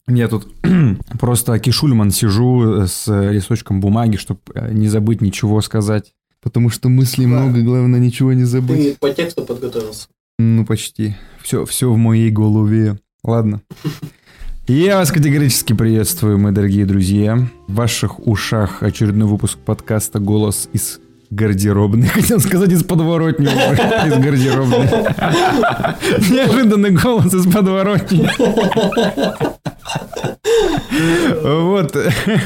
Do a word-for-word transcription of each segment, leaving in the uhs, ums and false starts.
Я тут просто кишульман сижу с листочком бумаги, чтобы не забыть ничего сказать. Потому что мыслей да. много, главное ничего не забыть. Ты по тексту подготовился? Ну, почти. Все, все в моей голове. Ладно. Я вас категорически приветствую, мои дорогие друзья. В ваших ушах очередной выпуск подкаста «Голос из гардеробной». Хотел сказать из подворотни. Из гардеробной. Неожиданный голос из подворотни. Вот.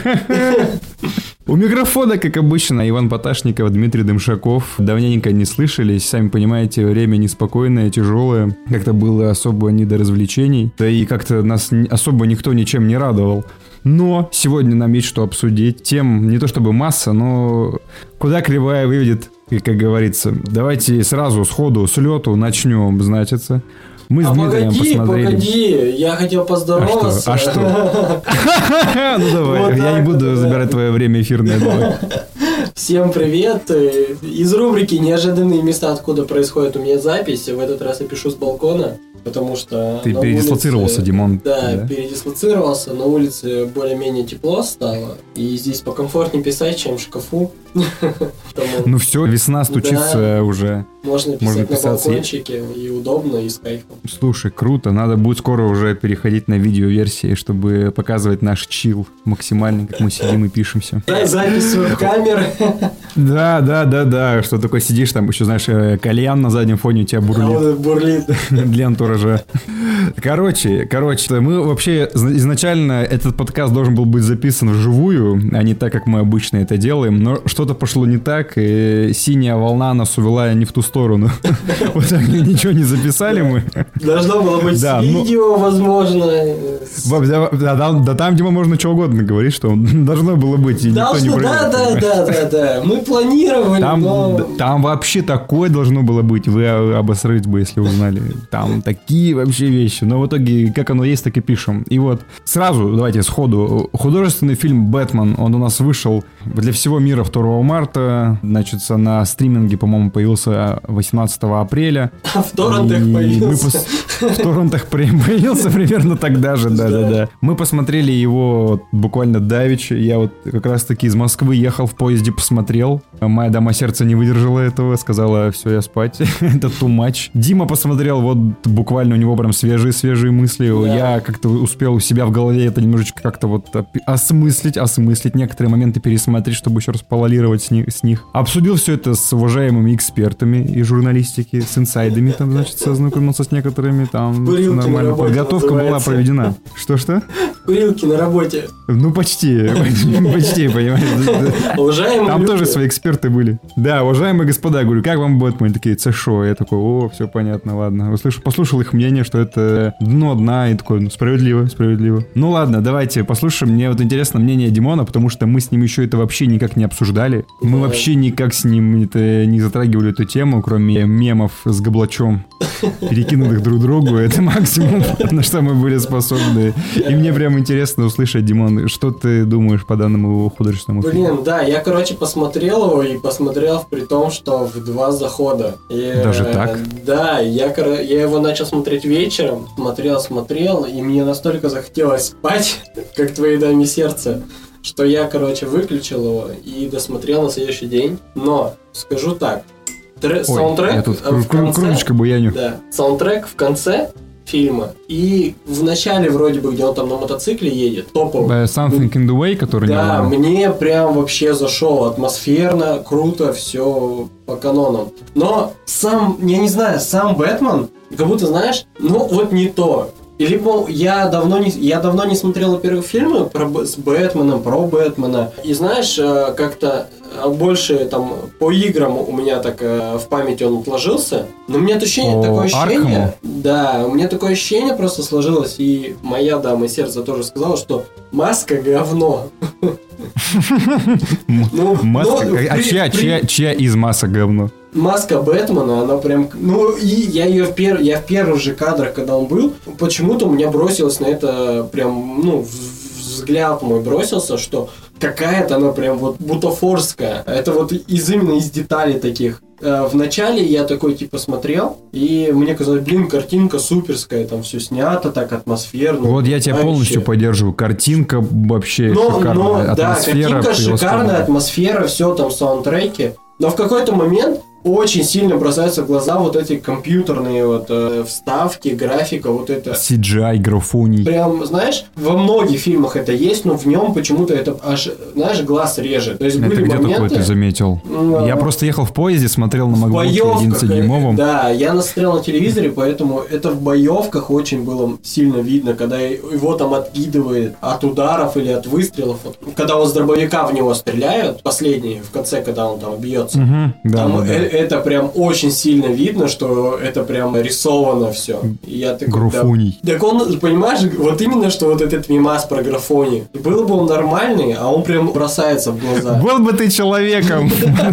У микрофона, как обычно, Иван Поташников, Дмитрий Дымшаков. Давненько не слышались. Сами понимаете, время неспокойное, тяжелое. Как-то было особо не до развлечений. Да и как-то нас особо никто ничем не радовал. Но сегодня нам есть что обсудить. Тем не то чтобы масса, но куда кривая выведет, как говорится. Давайте сразу сходу, с лету начнем, значится. Мы с а Дмитрием погоди, посмотрели. погоди, я хотел поздороваться. А что? А что? Ну давай, я не буду забирать твое время эфирное. Всем привет. Из рубрики «Неожиданные места, откуда происходит у меня запись». В этот раз я пишу с балкона, потому что... Ты передислоцировался, улице, Димон. Да, да, передислоцировался. На улице более-менее тепло стало. И здесь покомфортнее писать, чем в шкафу. Ну все, весна стучится уже. Можно писать на балкончике, и удобно, и с кайфом. Слушай, круто. Надо будет скоро уже переходить на видеоверсии, чтобы показывать наш чил максимально, как мы сидим и пишемся. Да, запись веб-камеры. Да, да, да, да. Что такое сидишь, там еще, знаешь, кальян на заднем фоне у тебя бурлит. А вот бурлит. Для антуража. Короче, короче, мы вообще изначально этот подкаст должен был быть записан вживую, а не так, как мы обычно это делаем, но что-то пошло не так, и синяя волна нас увела не в ту сторону. Вот так ничего не записали мы. Должно было быть с видео, возможно. Да там, Дима, можно что угодно говорить, что должно было быть, и никто не проверил. Да, да, да, да, да. Мы планировали, но... Там вообще такое должно было быть, вы обосрались бы, если узнали. Там такие вообще вещи, но в итоге, как оно есть, так и пишем. И вот сразу, давайте сходу, художественный фильм «Бэтмен», он у нас вышел для всего мира второго марта, значит, на стриминге, по-моему, появился восемнадцатого апреля. В торрентах появился. В торрентах появился примерно тогда же, да-да-да. Мы посмотрели его буквально давеча, я вот как раз-таки из Москвы ехал в поезде, посмотрел. Моя дама сердца не выдержала этого, сказала, все, я спать, это too much. Дима посмотрел, вот буквально у него прям свежие-свежие мысли. Да. Я как-то успел у себя в голове это немножечко как-то вот осмыслить, осмыслить, некоторые моменты пересмотреть, чтобы еще раз пололировать с них. С них. Обсудил все это с уважаемыми экспертами из журналистики, с инсайдами, там, значит, сознакомился с некоторыми, там нормально. Подготовка была проведена. Что-что? Курилки на работе. Ну, почти, почти, понимаете. Уважаемые Там тоже свои эксперты были. Да, уважаемые господа, говорю, как вам Бэтмен? Такие, це шо? Я такой, о, все понятно, ладно. Послушал их мнение, что это дно дна, и такой, ну, справедливо, справедливо. Ну, ладно, давайте послушаем. Мне вот интересно мнение Димона, потому что мы с ним еще это вообще никак не обсуждали. Мы да. вообще никак с ним это, не затрагивали эту тему, кроме мемов с Габлачом, перекинутых друг другу. Это максимум, на что мы были способны. И мне прям интересно услышать, Димон, что ты думаешь по данному художественному фильму? Блин, да, я, короче, посмотрел его и посмотрел при том, что в два захода. И, Даже так? Да, я, я его начал смотреть вечером, смотрел, смотрел, и мне настолько захотелось спать, как твоей даме сердце, что я, короче, выключил его и досмотрел на следующий день. Но, скажу так, тр- Ой, саундтрек я тут в конце... кружечка буяню. Да, саундтрек в конце фильма. И в начале вроде бы, где он там на мотоцикле едет, топовый. Something in the Way, который да, не мне прям вообще зашел. Атмосферно, круто, все по канонам. Но сам, я не знаю, сам Бэтмен, как будто, знаешь, ну вот не то. Либо я давно не, я давно не смотрел, во-первых, фильмы про, с Бэтменом, про Бэтмена. И знаешь, как-то больше там по играм у меня так в памяти он отложился. Но у меня ощущение, О, такое ощущение... Аркхэму? Да, у меня такое ощущение просто сложилось. И моя дама сердца тоже сказала, что маска говно. Маска? А чья из масок говно? Маска Бэтмена, она прям... Ну, и я ее в, пер... я в первых же кадрах, когда он был, почему-то у меня бросилось на это прям, ну, взгляд мой бросился, что какая-то она прям вот бутафорская. Это вот из именно из деталей таких. Вначале я такой типа смотрел, и мне казалось, блин, картинка суперская, там все снято так атмосферно. Вот я тебя полностью поддерживаю. Картинка вообще но, шикарная, но, атмосфера. Да, картинка шикарная, атмосфера, все там, саундтреки. Но в какой-то момент очень сильно бросаются в глаза вот эти компьютерные вот э, вставки, графика, вот это. си джи ай, графоний. Прям, знаешь, во многих фильмах это есть, но в нем почему-то это аж, знаешь, глаз режет. То есть это были где моменты... такое ты заметил? Ну, я просто ехал в поезде, смотрел на MacBook одиннадцатидюймовом. Да, я насмотрел на телевизоре, поэтому это в боевках очень было сильно видно, когда его там откидывает от ударов или от выстрелов. Когда он с дробовика в него стреляют, последний, в конце, когда он там бьется. Угу, да, там да, да. Это прям очень сильно видно, что это прям рисовано все. И я такой, графоний. Да, так он, понимаешь, вот именно, что вот этот мимас про графоний. Был бы он нормальный, а он прям бросается в глаза. Был бы ты человеком.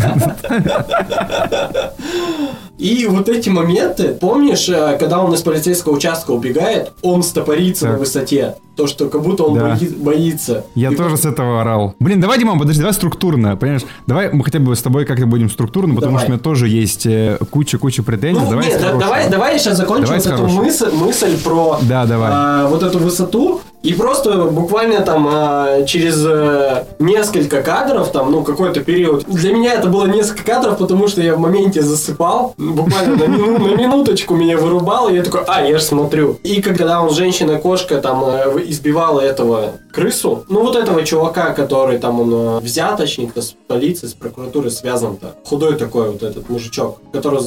И вот эти моменты, помнишь, когда он из полицейского участка убегает, он стопорится так на высоте. То, что как будто он да. бои, боится. Я и тоже как... с этого орал. Блин, давай, Дима, подожди, давай структурно, понимаешь? Давай мы хотя бы с тобой как-то будем структурно, потому давай. Что у меня тоже есть куча-куча претензий. Ну, давай, нет, да, давай, давай я сейчас закончу давай вот эту мысль, мысль про да, давай. А, вот эту высоту. И просто буквально там а, через а, несколько кадров, там, ну, какой-то период. Для меня это было несколько кадров, потому что я в моменте засыпал. Буквально на, мину, на минуточку меня вырубал, и я такой, а, я же смотрю. И когда он, женщина-кошка, там, избивала этого крысу, ну, вот этого чувака, который там, он взяточник-то с полицией, с прокуратурой связан-то. Худой такой вот этот мужичок, который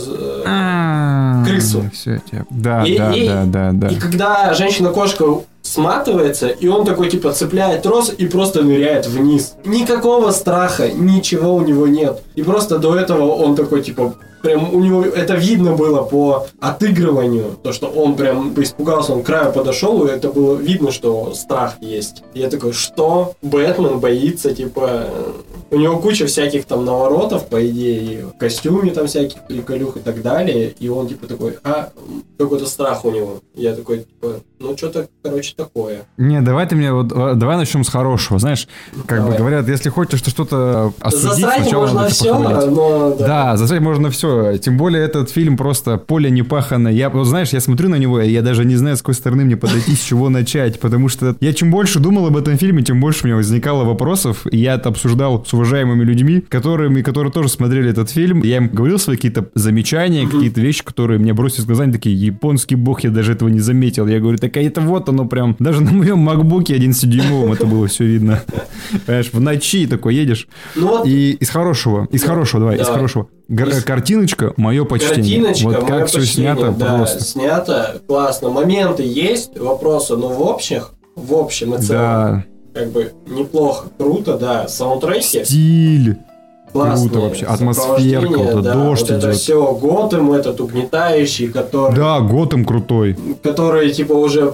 э, крысу. Все, да, да, да, да, да. И когда женщина-кошка сматывается, и он такой, типа, цепляет трос и просто ныряет вниз. Никакого страха, ничего у него нет. И просто до этого он такой, типа, прям у него это видно было по отыгрыванию, то, что он прям испугался, он к краю подошел, и это было видно, что страх есть. И я такой, что? Бэтмен боится, типа... У него куча всяких там наворотов, по идее, в костюме там всяких приколюх и так далее, и он, типа, такой, а, какой-то страх у него. Я такой, типа, ну, что-то, короче, такое. Не, давай ты мне, вот, давай начнем с хорошего, знаешь, как давай. бы говорят, если хочешь что-то осудить, засрать сначала можно надо все, но... Да, да, засрать можно все, тем более этот фильм просто поле непаханное. Я, вот знаешь, я смотрю на него, и я даже не знаю, с какой стороны мне подойти, с чего начать, потому что я чем больше думал об этом фильме, тем больше у меня возникало вопросов, и я это обсуждал с уважаемыми людьми, которыми, которые тоже смотрели этот фильм. Я им говорил свои какие-то замечания, mm-hmm. какие-то вещи, которые мне бросились в глаза, они такие, японский бог, я даже этого не заметил. Я говорю, так а это вот оно прям, даже на моем макбуке одиннадцатидюймовом это было все видно. Понимаешь, в ночи такой едешь. Ну, и из хорошего, из ну, хорошего, давай, давай, из хорошего. Г- из... Картиночка, мое почтение. Картиночка, вот как все почтение, снято, да, просто. снято, классно. Моменты есть, вопросы, но в общих, в общем и целом. Да. Как бы неплохо, круто, да, саундтреки. Стиль. Классные, круто вообще, атмосферка, вот да, дождь вот идет. это все, Готэм этот угнетающий, который... Да, Готэм крутой. Который, типа, уже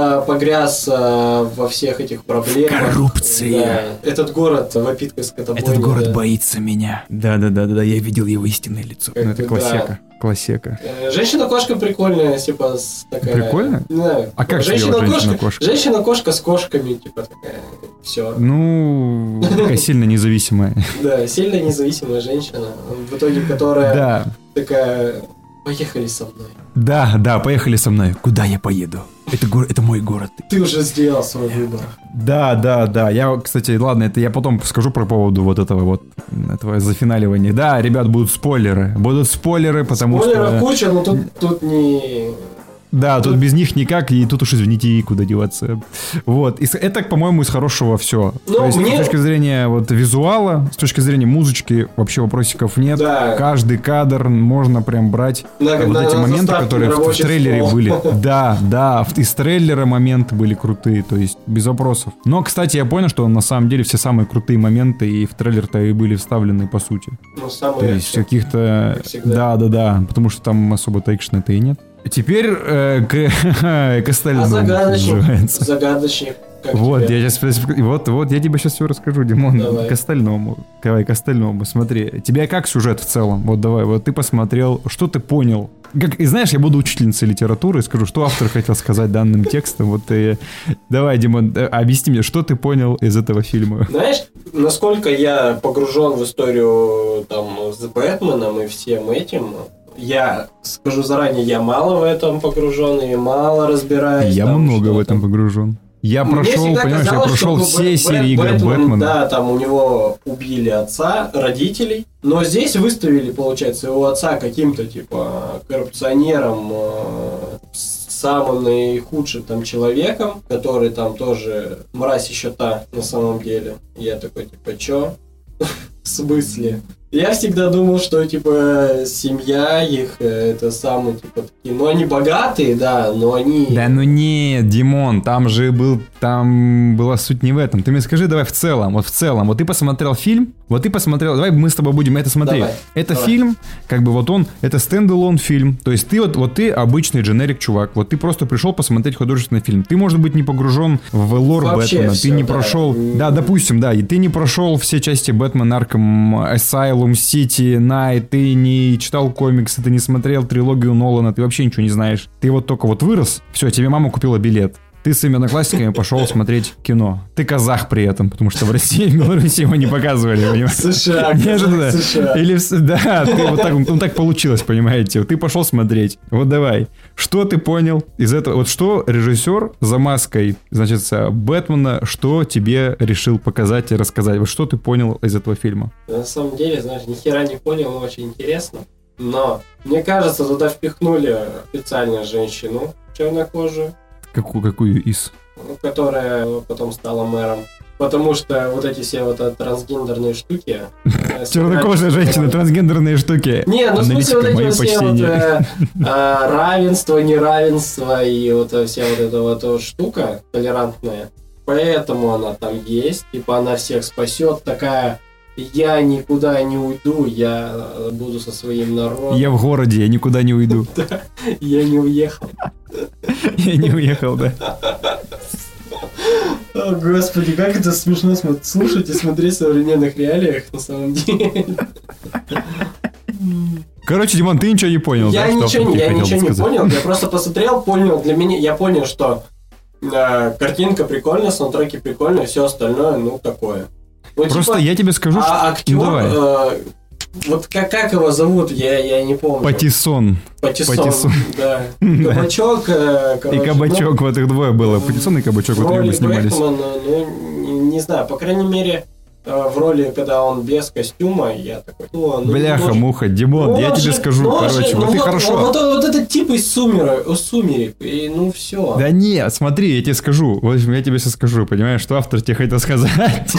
погряз а, во всех этих проблемах. Коррупция. Да. Этот город вопит как скотобойня. Этот город да. боится меня. Да-да-да, я видел его истинное лицо. Как ну, это бы, классика. Да. Классика. Женщина-кошка прикольная, типа, такая... Прикольно? Да. А как женщина-кошка, женщина-кошка? Женщина-кошка с кошками, типа, такая, все. Ну, такая сильно независимая. Да, сильно независимая женщина, в итоге которая такая... Поехали со мной. Да, да, поехали со мной. Куда я поеду? Это, го- это мой город. Ты уже сделал свой выбор. Да, да, да. Я, кстати, ладно, это я потом скажу про поводу вот этого вот, этого зафиналивания. Да, ребят, будут спойлеры. Будут спойлеры, потому Спойлеров что... Спойлеров куча, но тут, тут не... Да, тут без них никак, и тут уж, извините, куда деваться. Вот. И это, по-моему, из хорошего все. Ну, то есть, мне... с точки зрения вот, визуала, с точки зрения музычки, вообще вопросиков нет. Да. Каждый кадр можно прям брать. На, вот на, эти на моменты, которые в, в трейлере стол. были. Да, да, из трейлера моменты были крутые, то есть без вопросов. Но, кстати, я понял, что на самом деле все самые крутые моменты и в трейлер-то и были вставлены, по сути. Ну, самые то есть каких-то... Да, да, да, потому что там особо-то экшена-то и нет. Теперь э, к, к остальному. А загадочник? Загадочник. Как вот, тебе? я сейчас, вот, вот, я тебе сейчас все расскажу, Димон. Давай. К остальному. Давай, к остальному. Смотри, тебя как сюжет в целом? Вот давай, вот ты посмотрел, что ты понял как, и знаешь, я буду учительницей литературы и скажу, что автор хотел сказать данным текстом. Вот и давай, Димон, объясни мне, что ты понял из этого фильма? Знаешь, насколько я погружен в историю там с Бэтменом и всем этим, я скажу заранее, я мало в этом погружен и мало разбираюсь. Я там, много в этом там. погружен. Я прошел, понимаешь, казалось, я прошел что все Б- серии Б- игр Бэтмен, Бэтмена. Да, там у него убили отца, родителей, но здесь выставили, получается, его отца каким-то, типа, коррупционером, э, самым наихудшим там человеком, который там тоже мразь еще та на самом деле. Я такой, типа, чё? В смысле? Я всегда думал, что, типа, семья их, это самые, типа, такие... Ну, они богатые, да, но они... Да ну нет, Димон, там же был... Там была суть не в этом. Ты мне скажи давай в целом, вот в целом. Вот ты посмотрел фильм, вот ты посмотрел... Давай мы с тобой будем это смотреть. Давай, это давай. фильм, как бы вот он... Это стендалон фильм. То есть ты вот, вот ты обычный дженерик чувак. Вот ты просто пришел посмотреть художественный фильм. Ты, может быть, не погружен в лор Вообще Бэтмена. всё, ты не да. прошел... Да, допустим, да. И ты не прошел все части Бэтмен, Аркхэм, Asylum, City, Найт. Ты не читал комиксы, ты не смотрел трилогию Нолана. Ты вообще ничего не знаешь. Ты вот только вот вырос. Все, тебе мама купила билет. Ты с своими одноклассниками пошел смотреть кино. Ты казах при этом, потому что в России и в Беларуси его не показывали, понимаешь? США, Неожиданно. США. Или, в- да, ты вот так, ну, так получилось, понимаете? Вот ты пошел смотреть. Вот давай. Что ты понял из этого? Вот что режиссер за маской, значит, Бэтмена, что тебе решил показать и рассказать? Вот что ты понял из этого фильма? На самом деле, знаешь, ни хера не понял, но очень интересно. Но, мне кажется, туда впихнули специально женщину чернокожую, Какую, какую из? которая потом стала мэром. Потому что вот эти все вот э, трансгендерные штуки... э, Чернокожая сыграли- женщина, трансгендерные штуки. Не, ну в смысле Аналитика, вот эти мое вот все вот, почтение. э, э, равенство, неравенство и вот э, вся вот эта вот, вот штука толерантная. Поэтому она там есть. Типа она всех спасет. Такая, я никуда не уйду, я э, буду со своим народом. Я в городе, я никуда не уйду. Я не уехал. Я не уехал, да. О, господи, как это смешно смо- слушать и смотреть в современных реалиях, на самом деле. Короче, Димон, ты ничего не понял, Я да, что ничего, автор не- я хотел ничего не сказать? понял, я просто посмотрел, понял, для меня, я понял, что э, картинка прикольная, саундтреки прикольные, все остальное, ну, такое. Ну, Просто типа, я тебе скажу, а что... актер, Ну, давай. э, вот как, как его зовут, я, я не помню. Патиссон. Патиссон, Патиссон. да. Да. Кабачок, э, И короче, Кабачок, ну, вот их двое было. Патиссон и Кабачок, в вот они роли бы снимались. Бэтмена, ну, не, не знаю, по крайней мере, э, в роли, когда он без костюма, я такой, ну, ну, Бляха-муха, Димон, ну, я он тебе же- скажу, ну, он короче, же- вот ну, ты вот, хорошо... Вот, вот, вот этот тип из сумерок, из сумерек, и ну все. Да нет, смотри, я тебе скажу, вот я тебе сейчас скажу, понимаешь, что автор тебе хотел сказать.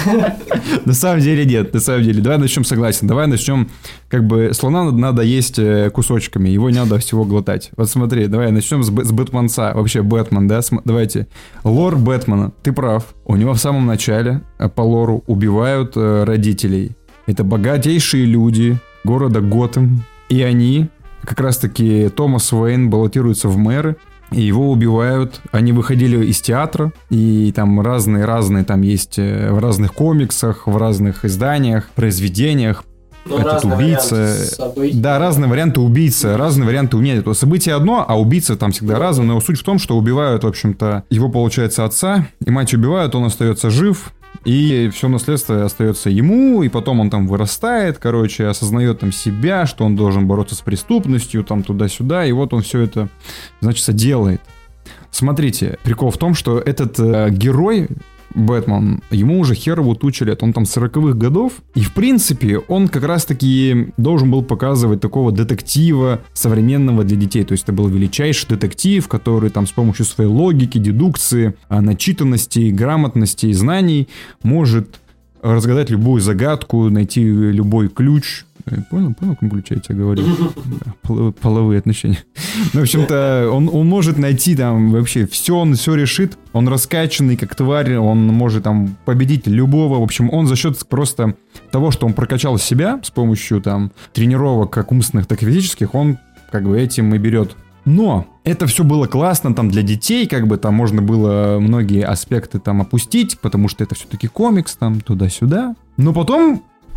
На самом деле нет, на самом деле. Давай начнем, согласен, давай начнем, как бы, слона надо есть э, кусочками, его не надо всего глотать. Вот смотри, давай начнем с, Б- с Бэтменца, вообще Бэтмен, да, См- давайте. Лор Бэтмена, ты прав, у него в самом начале э, по лору убивают э, родителей. Это богатейшие люди города Готэм, и они, как раз-таки Томас Уэйн баллотируется в мэры, и его убивают. Они выходили из театра, и там разные-разные, там есть э, в разных комиксах, в разных изданиях, произведениях. Ну, этот разные убийца- варианты событий. Да, разные варианты убийцы, разные варианты нет. Это событие одно, а убийца там всегда разный. Но суть в том, что убивают, в общем-то, его, получается, отца, и мать убивают, он остается жив, и все наследство остается ему, и потом он там вырастает, короче, осознает там себя, что он должен бороться с преступностью, там туда-сюда, и вот он все это, значит, делает. Смотрите, прикол в том, что этот э, герой, Бэтмен, ему уже херову тучу лет, он там сороковых годов, и в принципе он как раз-таки должен был показывать такого детектива современного для детей, то есть это был величайший детектив, который там с помощью своей логики, дедукции, а, начитанности, грамотности и знаний может разгадать любую загадку, найти любой ключ. Понял, понял, в каком ключе я тебе говорю? Да, половые, половые отношения. Ну, в общем-то, он, он может найти там вообще все, он все решит. Он раскачанный, как тварь, он может там победить любого. В общем, он за счет просто того, что он прокачал себя с помощью там тренировок как умственных, так и физических, он как бы этим и берет. Но это все было классно там для детей, как бы там можно было многие аспекты там опустить, потому что это все-таки комикс там туда-сюда. Но потом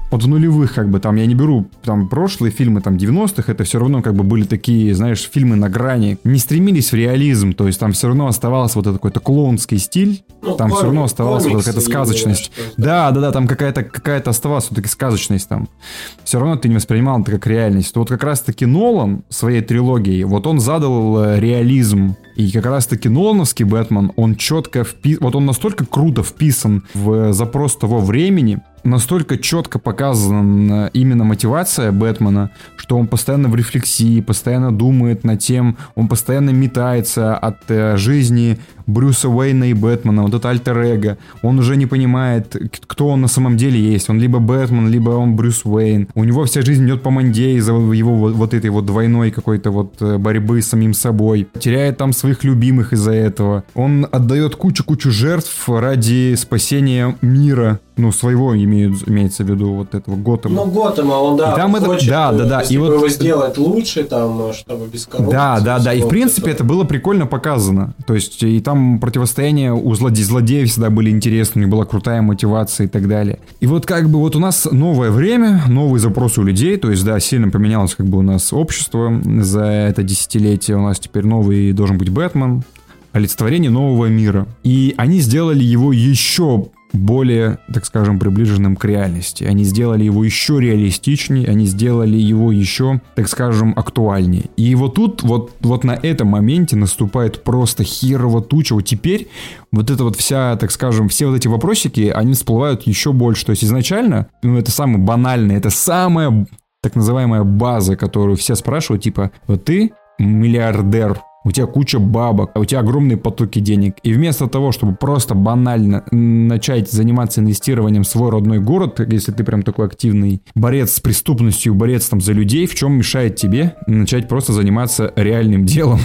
от нулевых, как бы, там, я не беру, там, прошлые фильмы, там, девяностых, это все равно, как бы, были такие, знаешь, фильмы на грани, не стремились в реализм, то есть там все равно оставался вот этот какой-то клоунский стиль, ну, там комик, все равно оставалась вот какая-то сказочность. Да, да, да, там какая-то, какая-то оставалась все-таки сказочность там. Все равно ты не воспринимал это как реальность. То вот как раз-таки Нолан своей трилогией, вот он задал реализм. И как раз-таки Нолановский Бэтмен, он четко вписан, вот он настолько круто вписан в запрос того времени, настолько четко показана именно мотивация Бэтмена, что он постоянно в рефлексии, постоянно думает над тем, он постоянно метается от э, жизни Брюса Уэйна и Бэтмена, вот это альтер-эго. Он уже не понимает, кто он на самом деле есть. Он либо Бэтмен, либо он Брюс Уэйн. У него вся жизнь идет по манде из-за его вот, вот этой вот двойной какой-то вот борьбы с самим собой. Теряет там своих любимых из-за этого. Он отдает кучу-кучу жертв ради спасения мира. Ну, своего имеют, имеется в виду вот этого Готэма. Ну, Готэма, он, да, там это, хочет, да, да, да. И вот, его сделать лучше, там, чтобы без коррупции. Да, да, да. И, в принципе, это было прикольно показано. То есть, и там противостояние у злодеев, злодеев всегда были интересны, у них была крутая мотивация и так далее. И вот как бы вот у нас новое время, новые запросы у людей. То есть, да, сильно поменялось как бы у нас общество за это десятилетие. У нас теперь новый должен быть Бэтмен. Олицетворение нового мира. И они сделали его еще более, так скажем, приближенным к реальности. Они сделали его еще реалистичнее, они сделали его еще, так скажем, актуальнее. И вот тут, вот, вот на этом моменте наступает просто херово туча. Вот теперь вот эта вот вся, так скажем, все вот эти вопросики, они всплывают еще больше. То есть изначально, ну, это самое банальное, это самая, так называемая база, которую все спрашивают, типа, вот ты миллиардер, у тебя куча бабок, у тебя огромные потоки денег. И вместо того, чтобы просто банально начать заниматься инвестированием в свой родной город, если ты прям такой активный борец с преступностью, борец там за людей, в чем мешает тебе начать просто заниматься реальным делом?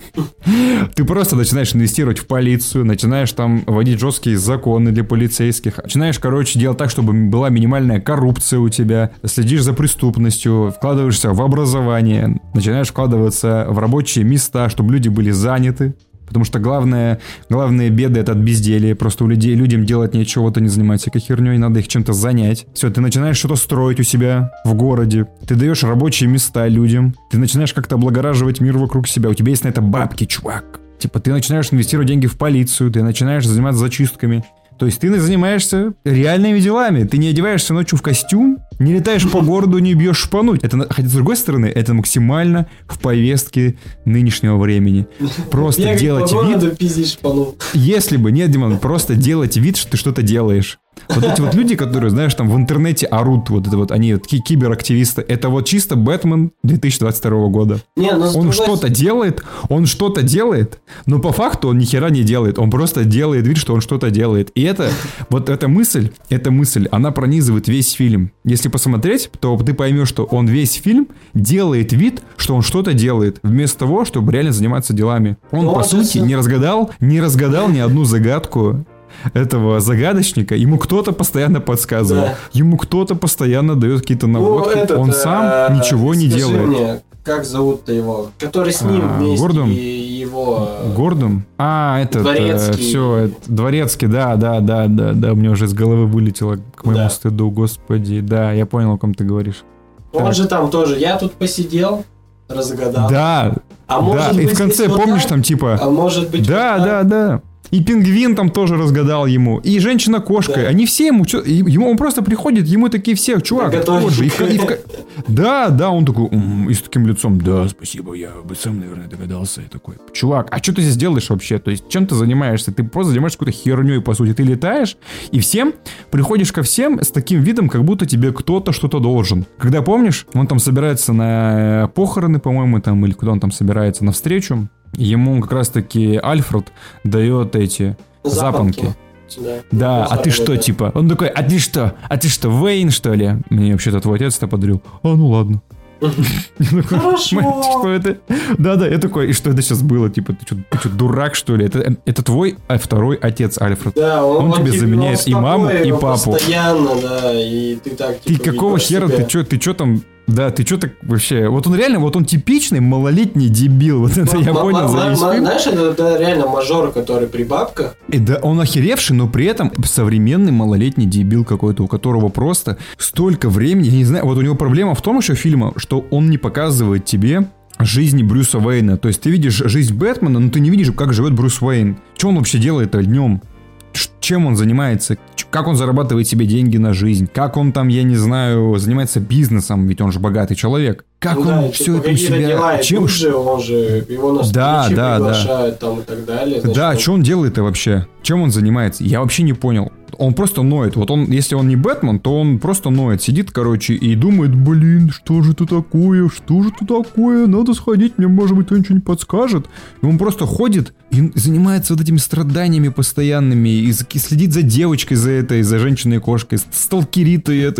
Ты просто начинаешь инвестировать в полицию, начинаешь там вводить жесткие законы для полицейских, начинаешь, короче, делать так, чтобы была минимальная коррупция у тебя, следишь за преступностью, вкладываешься в образование, начинаешь вкладываться в рабочие места, чтобы люди были заняты. Потому что главное, главные беды — это от безделия. Просто у людей, людям делать нечего, вот они занимаются всякой херней, надо их чем-то занять. Все, ты начинаешь что-то строить у себя в городе. Ты даешь рабочие места людям. Ты начинаешь как-то облагораживать мир вокруг себя. У тебя есть на это бабки, чувак. Типа ты начинаешь инвестировать деньги в полицию, ты начинаешь заниматься зачистками. То есть ты занимаешься реальными делами. Ты не одеваешься ночью в костюм, не летаешь по городу, не бьешь шпану. Это, хотя с другой стороны, это максимально в повестке нынешнего времени. Просто делать вид... Если бы, нет, Диман, просто делать вид, что ты что-то делаешь. Вот эти вот люди, которые, знаешь, там в интернете орут, вот это вот, они вот киберактивисты, это вот чисто Бэтмен две тысячи двадцать второго года. Не, ну, он что-то делает, он что-то делает, но по факту он ни хера не делает, он просто делает вид, что он что-то делает. И это, вот эта мысль, эта мысль, она пронизывает весь фильм. Если посмотреть, то ты поймешь, что он весь фильм делает вид, что он что-то делает, вместо того, чтобы реально заниматься делами. Он, но по сути, не разгадал, не разгадал ни одну загадку этого загадочника. Ему кто-то постоянно подсказывал. Да. Ему кто-то постоянно дает какие-то наводки. Ну, этот, он сам а, ничего не делает. Мне, как зовут-то его? Который с ним а, вместе Гордон? Его... Гордон? А, этот... Дворецкий. Э, все, это, Дворецкий, да, да, да, да, да. У меня уже из головы вылетело, к моему да. стыду, господи. Да, я понял, о ком ты говоришь. Он так. же там тоже. Я тут посидел, разгадал. Да, а может да. быть, и в конце, помнишь, так? там типа... А может быть... Да, вот да, да. И пингвин там тоже разгадал ему. И женщина-кошка. Да. Они все ему... Ему он просто приходит, ему такие все, чувак, позже. И в, и в, да, да, он такой... И с таким лицом, да, спасибо, я бы сам, наверное, догадался. И такой, чувак, а что ты здесь делаешь вообще? То есть, чем ты занимаешься? Ты просто занимаешься какой-то херней, по сути. Ты летаешь, и всем... Приходишь ко всем с таким видом, как будто тебе кто-то что-то должен. Когда, помнишь, он там собирается на похороны, по-моему, там, или куда он там собирается, на встречу. Ему как раз-таки Альфред дает эти запонки. запонки. Да, да, а ты что, да. типа? Он такой, а ты что? А ты что, Вейн, что ли? Мне вообще-то твой отец это подарил. А, ну ладно. Хорошо. Что это? Да-да, я такой, и что это сейчас было? Типа, ты что, ты что, дурак, что ли? Это, это твой второй отец, Альфред. Да, он, он, он тебе заменяет и маму, и папу. Постоянно, да, и ты так... Типа, ты какого хера, ты что, ты что там... Да, ты что так вообще... Вот он реально, вот он типичный малолетний дебил. Вот это я понял за весь фильм. Знаешь, это реально мажор, который при бабках. И да, он охеревший, но при этом современный малолетний дебил какой-то, у которого просто столько времени, я не знаю, вот у него проблема в том еще фильма, что он не показывает тебе жизни Брюса Уэйна. То есть ты видишь жизнь Бэтмена, но ты не видишь, как живет Брюс Уэйн. Что он вообще делает-то днем? Чем он занимается? Как он зарабатывает себе деньги на жизнь? Как он там, я не знаю, занимается бизнесом? Ведь он же богатый человек. Как ну, он да, все типа, это у себя... Дела, Чем же он же его на да, встречи да, приглашают да. там и так далее. Значит, да, он... что он делает-то вообще? Чем он занимается? Я вообще не понял. Он просто ноет. Вот он, если он не Бэтмен, то он просто ноет. Сидит, короче, и думает, блин, что же это такое? Что же это такое? Надо сходить, мне, может быть, он что-нибудь подскажет. И он просто ходит и занимается вот этими страданиями постоянными, и следит за девочкой, за этой, за женщиной-кошкой, сталкерит ее.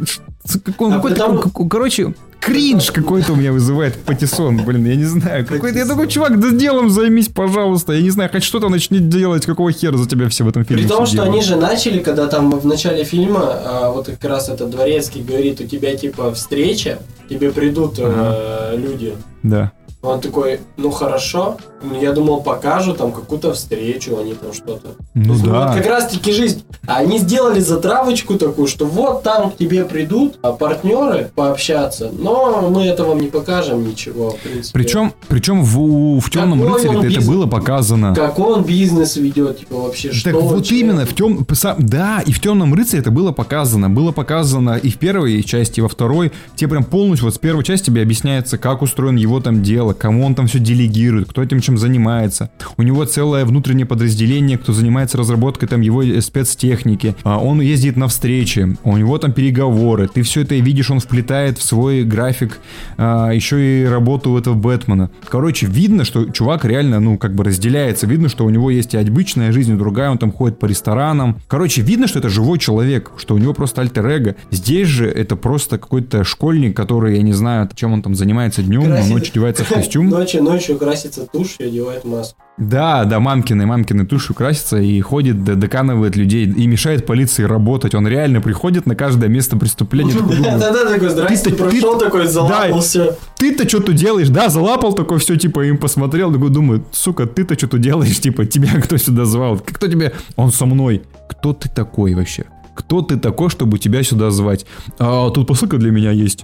Как он, а какой-то, потом... как, короче... Кринж какой-то у меня вызывает патиссон, блин, я не знаю. Какой-то, я такой, чувак, да делом займись, пожалуйста. Я не знаю, хоть что-то начни делать, какого хера за тебя все в этом фильме. При том, что делают. они же начали, когда там в начале фильма, а, вот как раз этот Дворецкий говорит, у тебя типа встреча, тебе придут ага. э, люди. Да. Он такой, ну хорошо, я думал покажу там какую-то встречу, они там что-то. Ну есть, да. Вот как раз таки жизнь. А они сделали затравочку такую, что вот там к тебе придут партнеры пообщаться, но мы это вам не покажем ничего, в принципе. Причем, причем в, в «Темном рыцаре» это бизнес, было показано. Как он бизнес ведет, типа вообще так что. Так вот человек... именно, в тем, да, и в «Темном рыцаре» это было показано. Было показано и в первой части, и во второй. Тебе прям полностью, вот с первой части тебе объясняется, как устроен его там дело, кому он там все делегирует, кто этим чем занимается. У него целое внутреннее подразделение, кто занимается разработкой там его спецтехники. Он ездит на встречи, у него там переговоры. Ты все это видишь, он вплетает в свой график еще и работу этого Бэтмена. Короче, видно, что чувак реально, ну, как бы разделяется. Видно, что у него есть и обычная жизнь, и другая. Он там ходит по ресторанам. Короче, видно, что это живой человек, что у него просто альтер-эго. Здесь же это просто какой-то школьник, который, я не знаю, чем он там занимается днем, но ночью одевается в костюм. Ночью, ночью красится тушью, одевает маску. Да, да, мамкины, мамкины тушью красится и ходит, доканывает людей и мешает полиции работать. Он реально приходит на каждое место преступления. Да-да, такой, здрасте, прошел такой, залапал все. Ты-то что тут делаешь? Да, залапал такой, все, типа, им посмотрел, такой, думаю, сука, ты-то что тут делаешь? Типа, тебя кто сюда звал? Кто тебе? Он со мной. Кто ты такой вообще? Кто ты такой, чтобы тебя сюда звать? А, тут посылка для меня есть.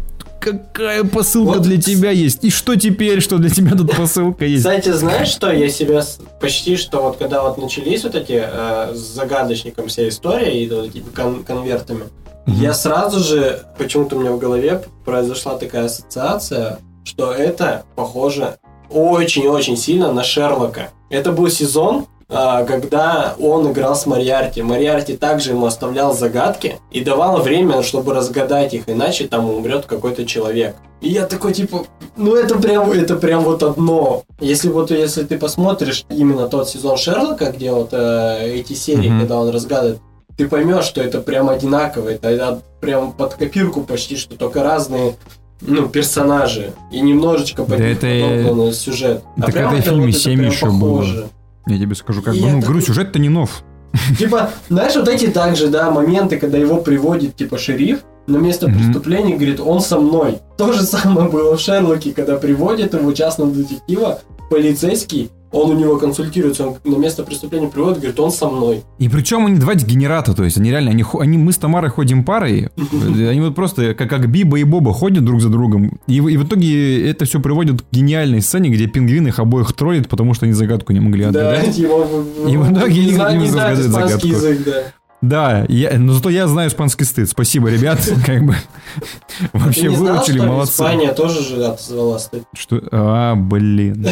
Какая посылка вот. Для тебя есть? И что теперь, что для тебя тут посылка есть? Кстати, знаешь что? Я себя почти что вот когда вот начались вот эти э, с загадочником вся история и вот этими кон- конвертами, mm-hmm. я сразу же, почему-то у меня в голове произошла такая ассоциация, что это похоже очень-очень сильно на Шерлока. Это был сезон, когда он играл с Мориарти. Мориарти также ему оставлял загадки и давал время, чтобы разгадать их, иначе там умрет какой-то человек. И я такой, типа, ну это прям, это прям вот одно. Если вот, если ты посмотришь именно тот сезон Шерлока, где вот э, эти серии, mm-hmm. когда он разгадывает, ты поймешь, что это прям одинаково. Это, это прям под копирку почти, что только разные ну, персонажи. И немножечко под да них это... подобный сюжет. Так а это в фильме вот семь еще похоже. Было. Я тебе скажу, как и бы, ну, говорю, сюжет-то не нов. Типа, знаешь, вот эти также, да, моменты, когда его приводит, типа, шериф на место mm-hmm. преступления, говорит, он со мной. То же самое было в Шерлоке, когда приводит его частного детектива, полицейский, он у него консультируется, он на место преступления приводит, говорит, он со мной. И причем они два дегенерата, то есть они реально, они, они, мы с Тамарой ходим парой, они вот просто как, как Биба и Боба ходят друг за другом, и, и в итоге это все приводит к гениальной сцене, где пингвин их обоих троллит, потому что они загадку не могли отгадать. Да, его, и в итоге не, не, знаю, не, не знаю испанский язык, да. Да, я, но зато я знаю испанский стыд. Спасибо, ребят, как бы вообще выучили, молодцы. Испания тоже же отозвала стыд. Что? А, блин.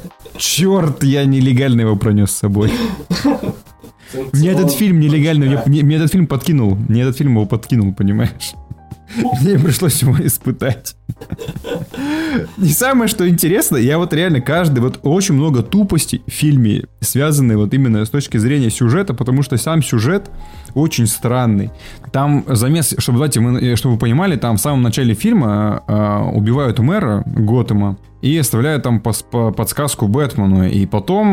Черт, я нелегально его пронес с собой. Мне этот фильм нелегально, мне, мне, мне этот фильм подкинул. Мне этот фильм его подкинул, понимаешь? Мне пришлось его испытать. И самое, что интересно, я вот реально каждый, вот очень много тупостей в фильме, связанные вот именно с точки зрения сюжета, потому что сам сюжет очень странный. Там замес, чтобы, давайте, мы, чтобы вы понимали, там в самом начале фильма э, убивают мэра Готэма и оставляют там по, по, подсказку Бэтмену, и потом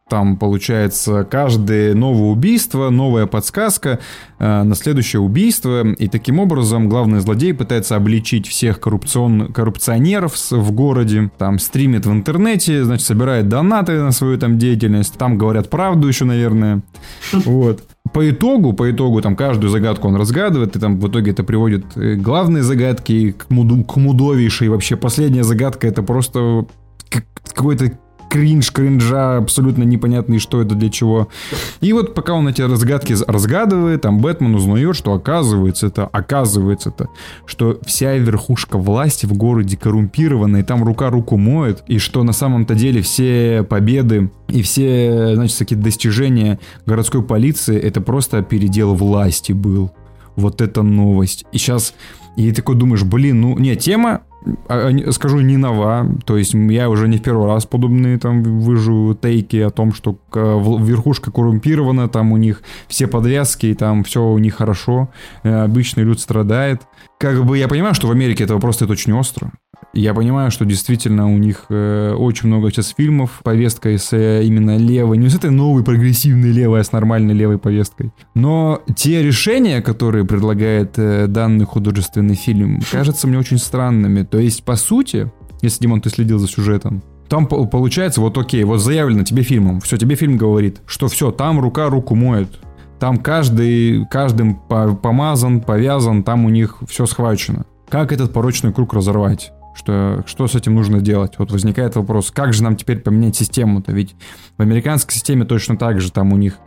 Там, получается, каждое новое убийство, новая подсказка э, на следующее убийство. И таким образом главный злодей пытается обличить всех коррупцион... коррупционеров в городе. Там стримит в интернете, значит, собирает донаты на свою там деятельность. Там говорят правду еще, наверное. Вот. По итогу, по итогу, там каждую загадку он разгадывает, и там в итоге это приводит к главной загадке, к, муду... к мудовейшей. Вообще последняя загадка — это просто какой-то кринж, кринжа, абсолютно непонятный, что это, для чего. И вот пока он эти разгадки разгадывает, там Бэтмен узнает, что оказывается это, оказывается это, что вся верхушка власти в городе коррумпирована, и там рука руку моет, и что на самом-то деле все победы и все, значит, такие достижения городской полиции — это просто передел власти был. Вот это новость. И сейчас, и ты такой думаешь, блин, ну, не, тема, скажу, не нова. То есть я уже не в первый раз подобные там вижу тейки о том, что верхушка коррумпирована, там у них все подвязки, там все у них хорошо, обычный люд страдает. Как бы я понимаю, что в Америке это вопрос стоит очень остро. Я понимаю, что действительно у них э, очень много сейчас фильмов, повесткой с э, именно левой, не с этой новой прогрессивной левой, а с нормальной левой повесткой. Но те решения, которые предлагает э, данный художественный фильм, кажутся мне очень странными. То есть, по сути, если, Димон, ты следил за сюжетом, там получается, вот окей, вот заявлено тебе фильмом, все, тебе фильм говорит, что все, там рука руку моет. Там каждый, каждым помазан, повязан, там у них все схвачено. Как этот порочный круг разорвать? Что, что с этим нужно делать? Вот возникает вопрос, как же нам теперь поменять систему-то? Ведь в американской системе точно так же, там у них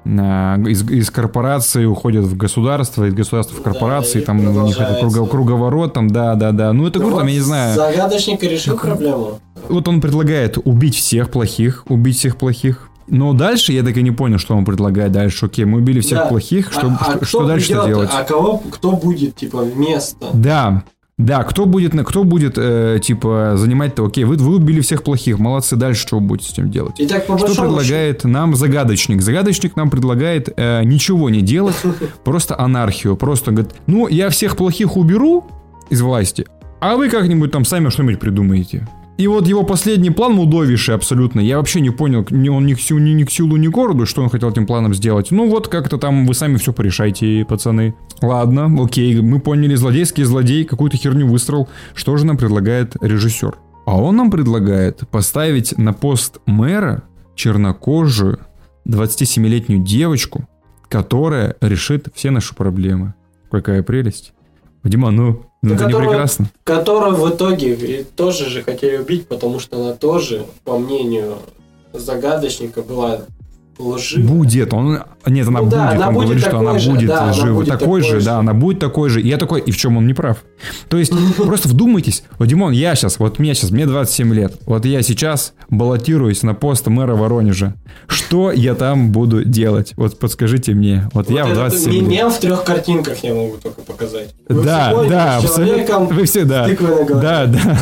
а, из, из корпорации уходят в государство, из государства в корпорации, да, там у них это круг, круговорот, там, да-да-да. Ну это круто, вот я не знаю. Загадочник решил проблему. Вот он предлагает убить всех плохих, убить всех плохих. Но дальше я так и не понял, что он предлагает дальше. Окей, мы убили всех да. плохих, что, а, а что дальше придет, делать? А кого, кто будет, типа, вместо? Да. Да, кто будет, кто будет э, типа, занимать-то, окей, вы, вы убили всех плохих, молодцы, дальше что вы будете с этим делать? Итак, по что предлагает счету? Нам загадочник? Загадочник нам предлагает э, ничего не делать, просто анархию, просто говорит, ну, я всех плохих уберу из власти, а вы как-нибудь там сами что-нибудь придумаете. И вот его последний план мудовейший абсолютно. Я вообще не понял, ни он ни к, силу, ни, ни к силу, ни к городу, что он хотел этим планом сделать. Ну вот как-то там вы сами все порешайте, пацаны. Ладно, окей, мы поняли, злодейский злодей какую-то херню выстроил. Что же нам предлагает режиссер? А он нам предлагает поставить на пост мэра чернокожую двадцатисемилетнюю девочку, которая решит все наши проблемы. Какая прелесть. Дима, ну... Ну, это которую, не прекрасно. Которую в итоге тоже же хотели убить, потому что она тоже, по мнению загадочника, была лживая. Будет. Он... Нет, она ну, будет. Да, она он будет говорит, что она же, будет да, жива. Она будет такой, такой же, же, да, она будет такой же. И я такой, и в чем он не прав? То есть, просто вдумайтесь. Вот, Димон, я сейчас, вот мне сейчас, мне двадцать семь лет. Вот я сейчас баллотируюсь на пост мэра Воронежа. Что я там буду делать? Вот подскажите мне. Вот, вот я в двадцать семь лет. Мем в трех картинках я могу только показать. Вы да, да, абсолютно. Вы все, да. Да, да.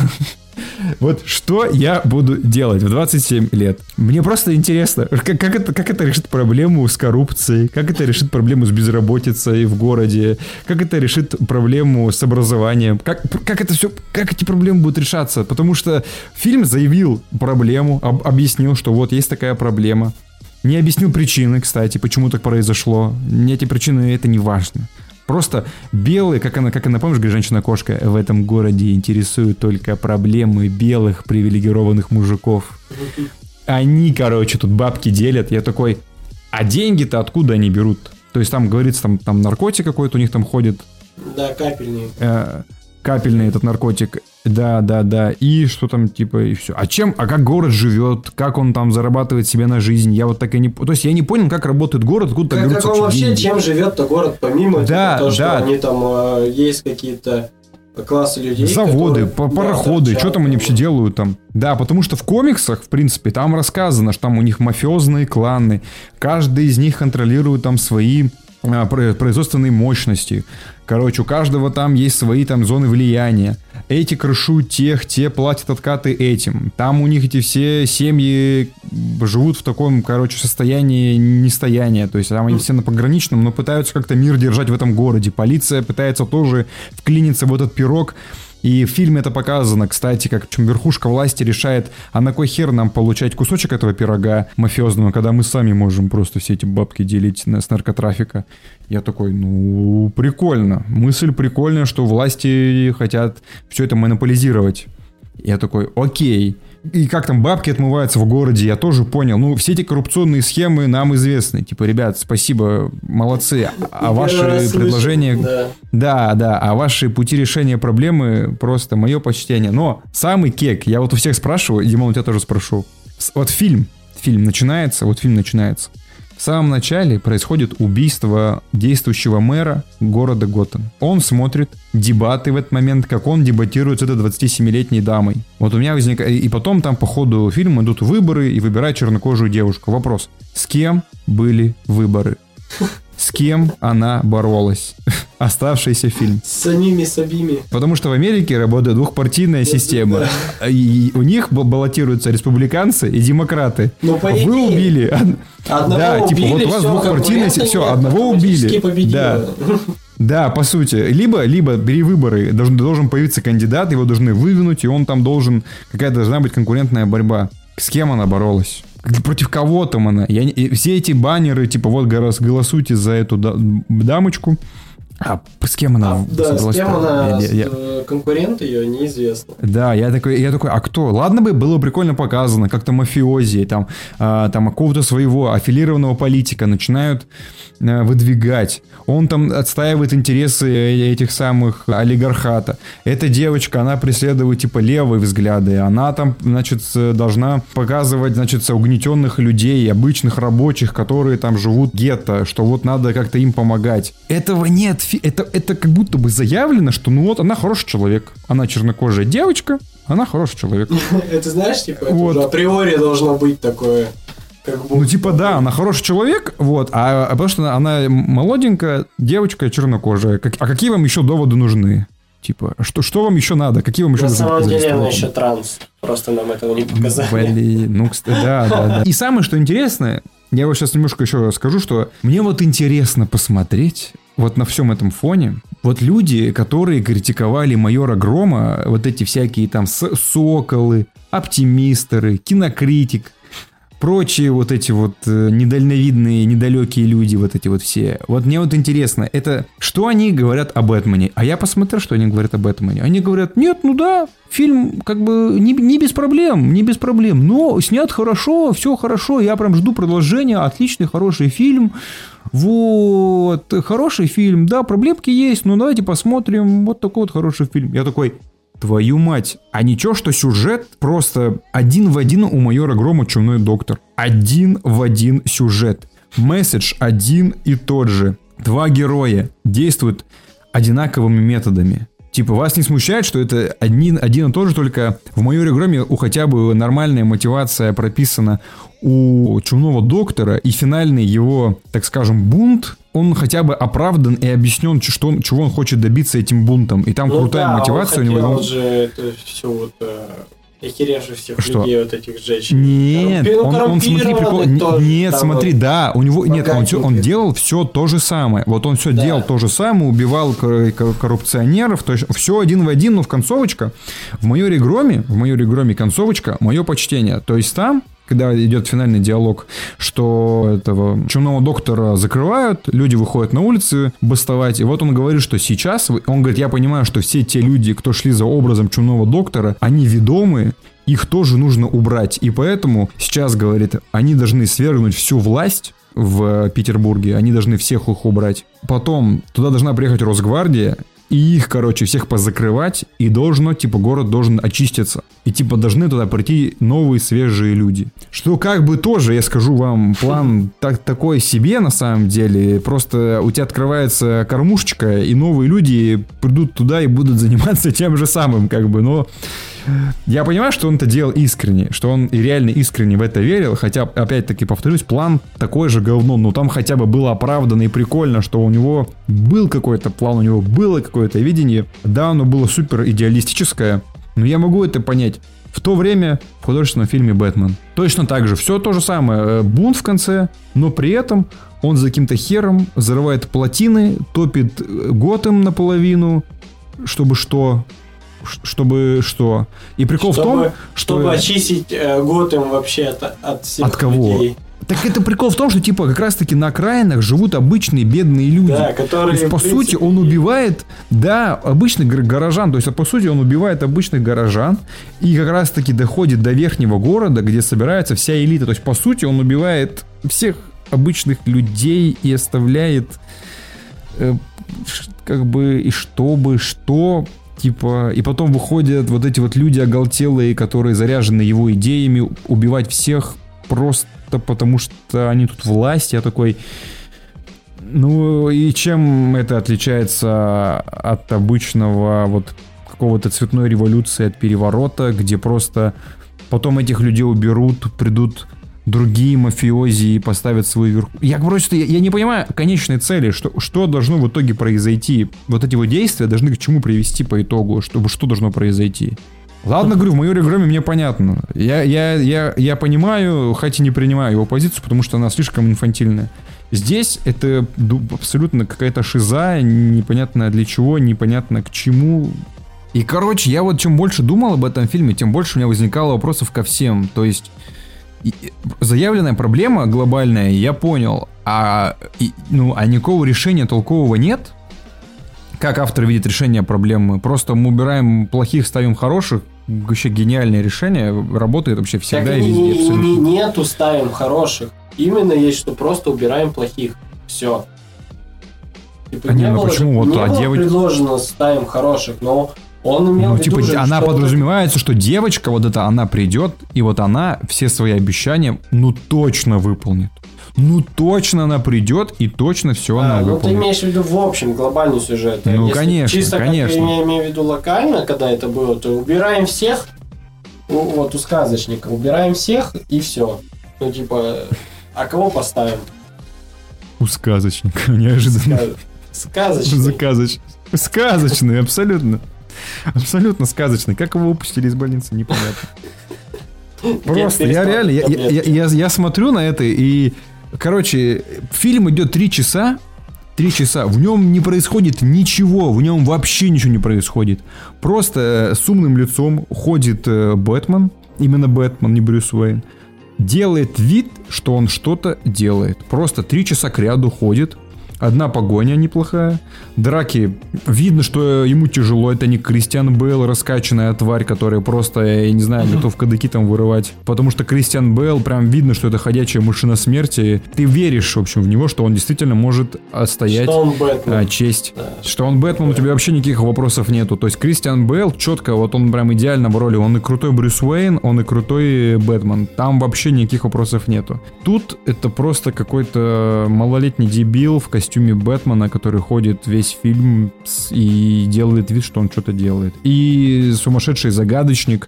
Вот что я буду делать в двадцать семь лет? Мне просто интересно, как, как, это, как это решит проблему с коррупцией, как это решит проблему с безработицей в городе, как это решит проблему с образованием, как, как это все, как эти проблемы будут решаться, потому что фильм заявил проблему, об, объяснил, что вот есть такая проблема, не объяснил причины, кстати, почему так произошло, мне эти причины, это не важно. Просто белые, как она, как она, помнишь, говорит женщина-кошка, в этом городе интересуют только проблемы белых привилегированных мужиков. Они, короче, тут бабки делят. Я такой, а деньги-то откуда они берут? То есть там говорится, там, там наркотик какой-то у них там ходит. Да, капельный. Э, капельный этот наркотик. Да, да, да. И что там, типа, и все. А чем, а как город живет? Как он там зарабатывает себе на жизнь? Я вот так и не... То есть я не понял, как работает город, откуда как, берутся как он вообще, деньги. Чем живет-то город, помимо да, того, что да. они там, э, есть какие-то классы людей. Заводы, которые, пароходы, да, что там они вообще делают там? Да, потому что в комиксах, в принципе, там рассказано, что там у них мафиозные кланы. Каждый из них контролирует там свои а, производственные мощности. Короче, у каждого там есть свои там зоны влияния. Эти крышуют тех, те платят откаты этим. Там у них эти все семьи живут в таком, короче, состоянии нестояния. То есть там они все на пограничном, но пытаются как-то мир держать в этом городе. Полиция пытается тоже вклиниться в этот пирог. И в фильме это показано, кстати, как чем верхушка власти решает, а на кой хер нам получать кусочек этого пирога мафиозного, когда мы сами можем просто все эти бабки делить на, с наркотрафика. Я такой, ну, прикольно. Мысль прикольная, что власти хотят все это монополизировать. Я такой, окей. И как там бабки отмываются в городе, я тоже понял. Ну, все эти коррупционные схемы нам известны. Типа, ребят, спасибо, молодцы. А ваши предложения... Да. да, да, а ваши пути решения проблемы просто мое почтение. Но самый кек, я вот у всех спрашиваю, Димон, у тебя тоже спрошу. Вот фильм, фильм начинается, вот фильм начинается. В самом начале происходит убийство действующего мэра города Готэм. Он смотрит дебаты в этот момент, как он дебатирует с этой двадцатисемилетней дамой. Вот у меня возникает... И потом там по ходу фильма идут выборы и выбирают чернокожую девушку. Вопрос. С кем были выборы? С кем она боролась? Оставшийся фильм. С самими собими. Потому что в Америке работает двухпартийная система. Да. И у них баллотируются республиканцы и демократы. Ну, по идее. Вы убили... Одного да, убили, типа, вот у вас двухпартийная система. Все, одного убили. Да. Да, по сути. Либо, либо при выборы должен, должен появиться кандидат, его должны выдвинуть, и он там должен... Какая-то должна быть конкурентная борьба. С кем она боролась? Против кого там она? Я не... Все эти баннеры, типа, вот голосуйте за эту дамочку. А с кем она? А, да, с кем она, я, я, я... конкурент ее неизвестно. Да, я такой, я такой, а кто? Ладно бы было прикольно показано, как-то мафиози, там, а, там какого-то своего аффилированного политика начинают а, выдвигать. Он там отстаивает интересы этих самых олигархата. Эта девочка, она преследует типа левые взгляды. Она там, значит, должна показывать, значит, угнетенных людей, обычных рабочих, которые там живут в гетто, что вот надо как-то им помогать. Этого нет. Это, это как будто бы заявлено, что ну вот она хороший человек. Она чернокожая девочка, она хороший человек. Это знаешь, типа, это уже априори должно быть такое. Как будто... Ну, типа, да, она хороший человек, вот, а, а потому что она молоденькая девочка чернокожая. Как, а какие вам еще доводы нужны? Типа, что, что вам еще надо? Какие вам еще На нужны? самом деле она еще транс. Просто нам этого не показали. Блин, ну, кстати, да, да, да. И самое, что интересное, я вот сейчас немножко еще скажу, что мне вот интересно посмотреть вот на всем этом фоне. Вот люди, которые критиковали майора Грома, вот эти всякие там соколы, оптимистеры, кинокритик, прочие вот эти вот недальновидные, недалекие люди, вот эти вот все. Вот мне вот интересно, это что они говорят о Бэтмене? А я посмотрел, что они говорят о Бэтмене. Они говорят, нет, ну да, фильм как бы не, не без проблем, не без проблем, но снят хорошо, все хорошо, я прям жду продолжения, отличный, хороший фильм. Вот, хороший фильм, да, проблемки есть, но давайте посмотрим, вот такой вот хороший фильм. Я такой... Твою мать, а ничего, что сюжет просто один в один у майора Грома Чумной доктор. Один в один сюжет. Месседж один и тот же. Два героя действуют одинаковыми методами. Типа, вас не смущает, что это один, один и тот же, только в майоре Громе у хотя бы нормальная мотивация прописана у Чумного доктора, и финальный его, так скажем, бунт, он хотя бы оправдан и объяснен, что он, чего он хочет добиться этим бунтом. И там ну крутая да, мотивация он у него. Он же это все вот... Охеревших всех что? людей, вот этих женщин. Нет, Коррумпи... он, он смотри, прикол... тоже, нет, смотри, вот да, у него, нет, он, все, он делал все то же самое. Вот он все да. делал то же самое, убивал коррупционеров, то есть все один в один, но в концовочка. В майоре Громе, в майоре Громе концовочка, мое почтение. То есть там, когда идет финальный диалог, что этого Чумного доктора закрывают, люди выходят на улицы бастовать, и вот он говорит, что сейчас, он говорит, я понимаю, что все те люди, кто шли за образом Чумного доктора, они ведомы, их тоже нужно убрать, и поэтому сейчас, говорит, они должны свергнуть всю власть в Петербурге, они должны всех их убрать. Потом туда должна приехать Росгвардия, и их, короче, всех позакрывать, и должно, типа, город должен очиститься. И, типа, должны туда прийти новые, свежие люди. Что, как бы, тоже, я скажу вам, план так, такой себе, на самом деле. Просто у тебя открывается кормушечка, и новые люди придут туда и будут заниматься тем же самым, как бы, но... Я понимаю, что он это делал искренне, что он и реально искренне в это верил, хотя, опять-таки, повторюсь, план такой же говно, но там хотя бы было оправдано и прикольно, что у него был какой-то план, у него было какое-то видение. Да, оно было супер идеалистическое, но я могу это понять. В то время в художественном фильме «Бэтмен» точно так же, все то же самое, бунт в конце, но при этом он за каким-то хером взрывает плотины, топит Готэм наполовину, чтобы что... Чтобы что? И прикол чтобы, в том, что... Чтобы очистить э, Готэм вообще от, от всех от кого? людей. Так это прикол в том, что типа как раз-таки на окраинах живут обычные бедные люди. Да, которые... То есть, по принципе... сути, он убивает, да, обычных горожан. То есть, по сути, он убивает обычных горожан и как раз-таки доходит до верхнего города, где собирается вся элита. То есть, по сути, он убивает всех обычных людей и оставляет э, как бы и чтобы что... Типа, и потом выходят вот эти вот люди оголтелые, которые заряжены его идеями убивать всех просто потому, что они тут власть. Я такой... Ну, и чем это отличается от обычного вот какого-то цветной революции, от переворота, где просто потом этих людей уберут, придут другие мафиози и поставят свою верху. Я просто, я, я не понимаю конечной цели, что, что должно в итоге произойти. Вот эти вот действия должны к чему привести по итогу, чтобы что должно произойти. Ладно, говорю, в Майоре Громе мне понятно. Я, я, я, я понимаю, хоть и не принимаю его позицию, потому что она слишком инфантильная. Здесь это абсолютно какая-то шиза, непонятно для чего, непонятно к чему. И, короче, я вот чем больше думал об этом фильме, тем больше у меня возникало вопросов ко всем. То есть заявленная проблема глобальная, я понял, а, и, ну, а никакого решения толкового нет. Как автор видит решение проблемы? Просто мы убираем плохих, ставим хороших. Вообще гениальное решение, работает вообще всегда так и везде. Не, не, нету ставим хороших. Именно есть, что просто убираем плохих. Все. Типа, а не, не ну было, почему? Вот, не а было девоч... предложено ставим хороших, но он имел ну, в виду, типа, же, она что подразумевается, что девочка вот эта, она придет, и вот она все свои обещания, ну, точно выполнит. Ну, точно она придет, и точно все а, она ну, выполнит. Ну, ты имеешь в виду в общем глобальный сюжет. Ну, Если конечно, чисто конечно. как я имею в виду локально, когда это было, то убираем всех, вот у сказочника, убираем всех, и все. Ну, типа, а кого поставим? У сказочника, неожиданно. Сказочный. Заказоч... Сказочный, абсолютно. Абсолютно сказочный. Как его выпустили из больницы, непонятно. Просто, я реально, я, я, я, я смотрю на это и, короче, фильм идет три часа, три часа, в нем не происходит ничего, в нем вообще ничего не происходит. Просто с умным лицом ходит Бэтмен, именно Бэтмен, не Брюс Уэйн, делает вид, что он что-то делает. Просто три часа кряду ходит. Одна погоня неплохая. Драки. Видно, что ему тяжело. Это не Кристиан Бейл, раскачанная тварь, которая просто, я не знаю, готов кадыки там вырывать. Потому что Кристиан Бейл, прям видно, что это ходячая машина смерти. Ты веришь, в общем, в него, что он действительно может отстоять что он Бэтмен. А, честь. Да. Что он Бэтмен, у тебя вообще никаких вопросов нету. То есть Кристиан Бейл четко, вот он прям идеально в роли. Он и крутой Брюс Уэйн, он и крутой Бэтмен. Там вообще никаких вопросов нету. Тут это просто какой-то малолетний дебил в костюме Бэтмена, который ходит весь фильм и делает вид, что он что-то делает. И сумасшедший загадочник,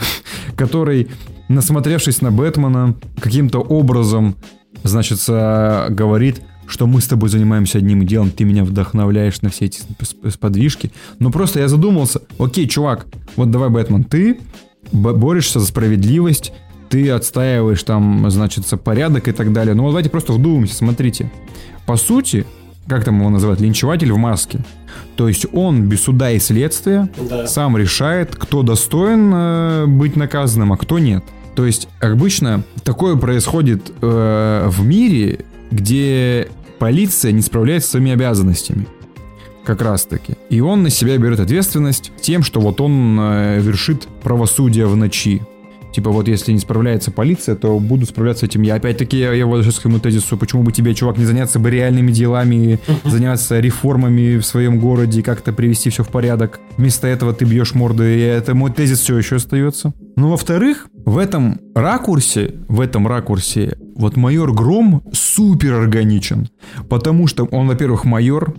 который, насмотревшись на Бэтмена, каким-то образом, значит, говорит, что мы с тобой занимаемся одним делом, ты меня вдохновляешь на все эти подвижки. Но просто я задумался, окей, чувак, вот давай, Бэтмен, ты борешься за справедливость, ты отстаиваешь там, значит, порядок и так далее. Ну вот давайте просто вдумаемся, смотрите. По сути, как там его называют, линчеватель в маске. То есть он без суда и следствия да. сам решает, кто достоин э, быть наказанным, а кто нет. То есть обычно такое происходит э, в мире, где полиция не справляется с своими обязанностями. Как раз таки. И он на себя берет ответственность тем, что вот он э, вершит правосудие в ночи. Типа вот если не справляется полиция, то буду справляться этим я. Опять-таки я, я возвращаюсь к своему тезису, почему бы тебе, чувак, не заняться бы реальными делами, заняться реформами в своем городе, как-то привести все в порядок. Вместо этого ты бьешь морды, и это мой тезис все еще остается. Ну, во-вторых, в этом ракурсе, в этом ракурсе вот майор Гром супер органичен, потому что он, во-первых, майор.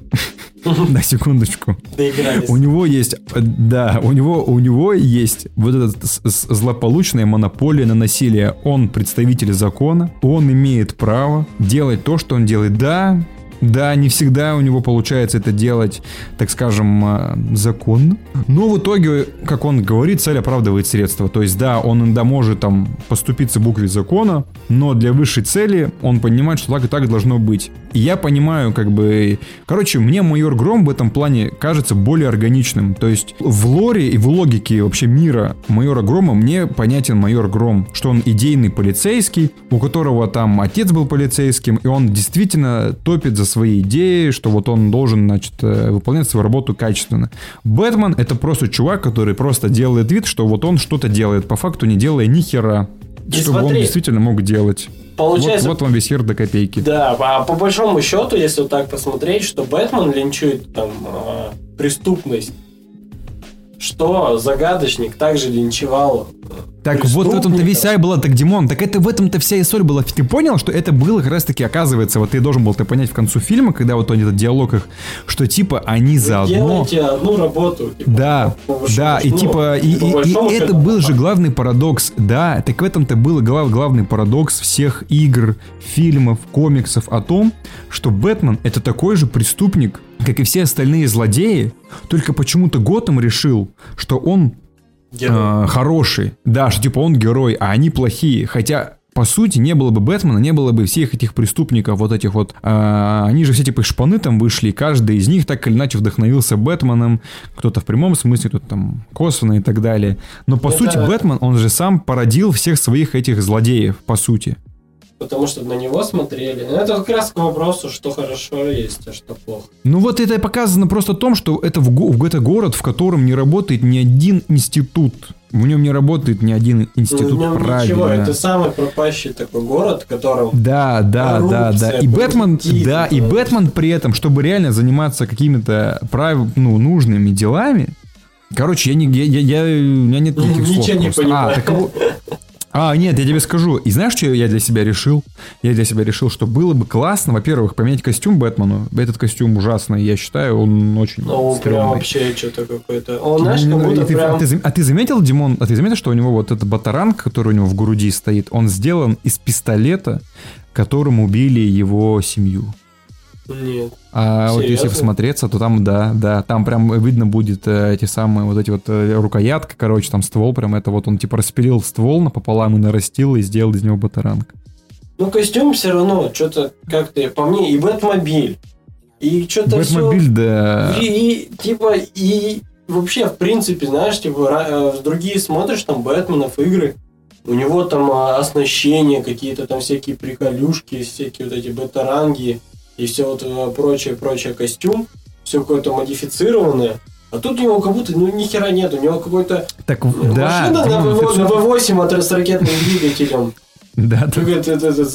На секундочку. У него есть, да, у него, у него есть вот эта злополучная монополия на насилие. Он представитель закона, он имеет право делать то, что он делает. Да, да, не всегда у него получается это делать, так скажем, законно. Но в итоге, как он говорит, цель оправдывает средства. То есть, да, он иногда может там поступиться букве закона, но для высшей цели он понимает, что так и так должно быть. И я понимаю, как бы... Короче, мне Майор Гром в этом плане кажется более органичным. То есть в лоре и в логике вообще мира Майора Грома мне понятен Майор Гром. Что он идейный полицейский, у которого там отец был полицейским, и он действительно топит за свои идеи, что вот он должен, значит, выполнять свою работу качественно. Бэтмен — это просто чувак, который просто делает вид, что вот он что-то делает, по факту не делая ни хера. И чтобы смотри, он действительно мог делать. Получается, вот, вот вам весь хер до копейки. Да, а по большому счету, если вот так посмотреть, что Бэтмен линчует там э, преступность, что Загадочник также линчевал. Так вот в этом-то весь ай была, так, Димон, так это в этом-то вся и соль была. Ты понял, что это было как раз-таки, оказывается, вот ты должен был это понять в концу фильма, когда вот он этот диалог их, что типа они Вы заодно... делаете одну работу. Типа, да, да, и ну, типа, и, и, и это был же главный парадокс, да, так в этом-то был глав, главный парадокс всех игр, фильмов, комиксов о том, что Бэтмен — это такой же преступник, как и все остальные злодеи, только почему-то Готэм решил, что он э, хороший. Да, что типа он герой, а они плохие. Хотя, по сути, не было бы Бэтмена, не было бы всех этих преступников, вот этих вот... Э, они же все типа шпаны там вышли, и каждый из них так или иначе вдохновился Бэтменом. Кто-то в прямом смысле, кто-то там косвенно и так далее. Но по Это... сути Бэтмен, он же сам породил всех своих этих злодеев, по сути. Потому что на него смотрели. Это как раз к вопросу, что хорошо есть, а что плохо. Ну вот это показано просто в том, что это, в, это город, в котором не работает ни один институт. В нем не работает ни один институт, ну, в нем правильно. Ничего, это самый пропащий такой город, в котором... Да, да, да, да. И Бэтмен, да, и Бэтмен при этом, чтобы реально заниматься какими-то прав... ну, нужными делами... Короче, я не, я, я, я, у меня нет никаких слов. Ничего не понимаю. А, так... А, нет, я тебе скажу. И знаешь, что я для себя решил? Я для себя решил, что было бы классно, во-первых, поменять костюм Бэтмену. Этот костюм ужасный, я считаю, он очень Ну, он прям вообще что-то какое-то... Он, знаешь, как будто ты, прям... А ты, а ты заметил, Димон, а ты заметил, что у него вот этот батаранг, который у него в груди стоит, он сделан из пистолета, которым убили его семью? Нет. А Серьезно? Вот если всмотреться, то там, да, да, там прям видно будет э, эти самые, вот эти вот э, рукоятка, короче, там ствол прям, это вот он типа распилил ствол напополам и нарастил, и сделал из него батаранг. Ну, костюм все равно, что-то как-то, по мне, и Бэтмобиль, и что-то все... Бэтмобиль, да. И, и, типа, и вообще, в принципе, знаешь, типа, другие смотришь, там, Бэтменов игры, у него там оснащение, какие-то там всякие приколюшки, всякие вот эти батаранги, и все вот прочее-прочее костюм, все какое-то модифицированное. А тут у него как будто, ну, ни хера нет, у него какой-то так, машина да, на, Димон, вэ восемь от, с ракетным двигателем. Да, это, это, это,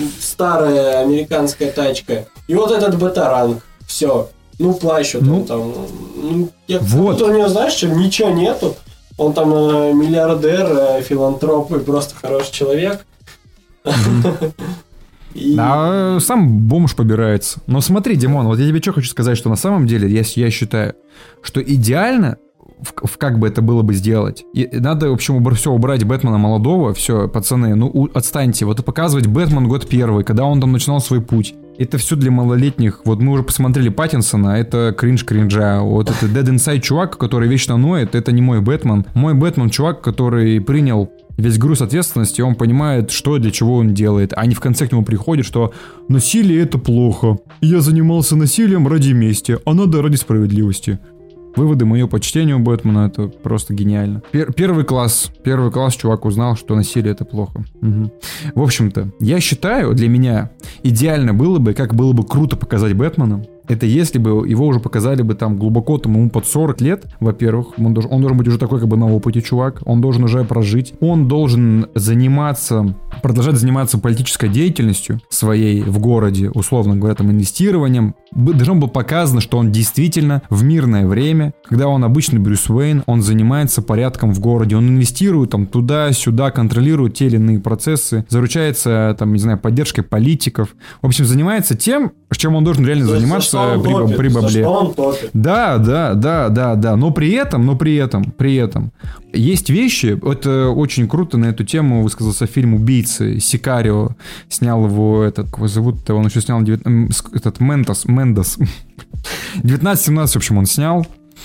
старая американская тачка. И вот этот батаранг. Все. Ну, плащ вот ну, он там. Ну, я, вот. У него, знаешь, что ничего нету. Он там э, миллиардер, э, филантроп и просто хороший человек. Mm-hmm. И... А сам бомж побирается. Но смотри, Димон, вот я тебе что хочу сказать, что на самом деле я, я считаю, что идеально, в, в как бы это было бы сделать, и надо, в общем, все убрать Бэтмена молодого, все, пацаны, ну у, отстаньте, вот и показывать Бэтмен год первый, когда он там начинал свой путь. Это все для малолетних. Вот мы уже посмотрели Паттинсона, это кринж кринжа. Вот это Dead Inside чувак, который вечно ноет, это не мой Бэтмен. Мой Бэтмен чувак, который принял весь груз ответственности, он понимает, что и для чего он делает. А не в конце к нему приходит, что насилие — это плохо. Я занимался насилием ради мести, а надо ради справедливости. Выводы моего почтения у Бэтмена — это просто гениально. Пер- первый класс, первый класс чувак узнал, что насилие — это плохо. Угу. В общем-то, я считаю, для меня идеально было бы, как было бы круто показать Бэтмена, это если бы его уже показали бы там глубоко, там ему под сорок лет, во-первых, он должен, он должен быть уже такой как бы на опыте чувак, он должен уже прожить, он должен заниматься, продолжать заниматься политической деятельностью своей в городе, условно говоря, там инвестированием. Должно было показано, что он действительно в мирное время, когда он обычный Брюс Уэйн, он занимается порядком в городе, он инвестирует там туда-сюда, контролирует те или иные процессы, заручается там, не знаю, поддержкой политиков, в общем, занимается тем, чем он должен реально заниматься при, топит, при бабле. Да, да, да, да, да. Но при этом, но при этом, при этом есть вещи. Это очень круто на эту тему высказался фильм «Убийцы». Сикарио снял его этот, как его зовут-то, он еще снял этот Мендос, Мендос. девятнадцать семнадцать, в общем, он снял.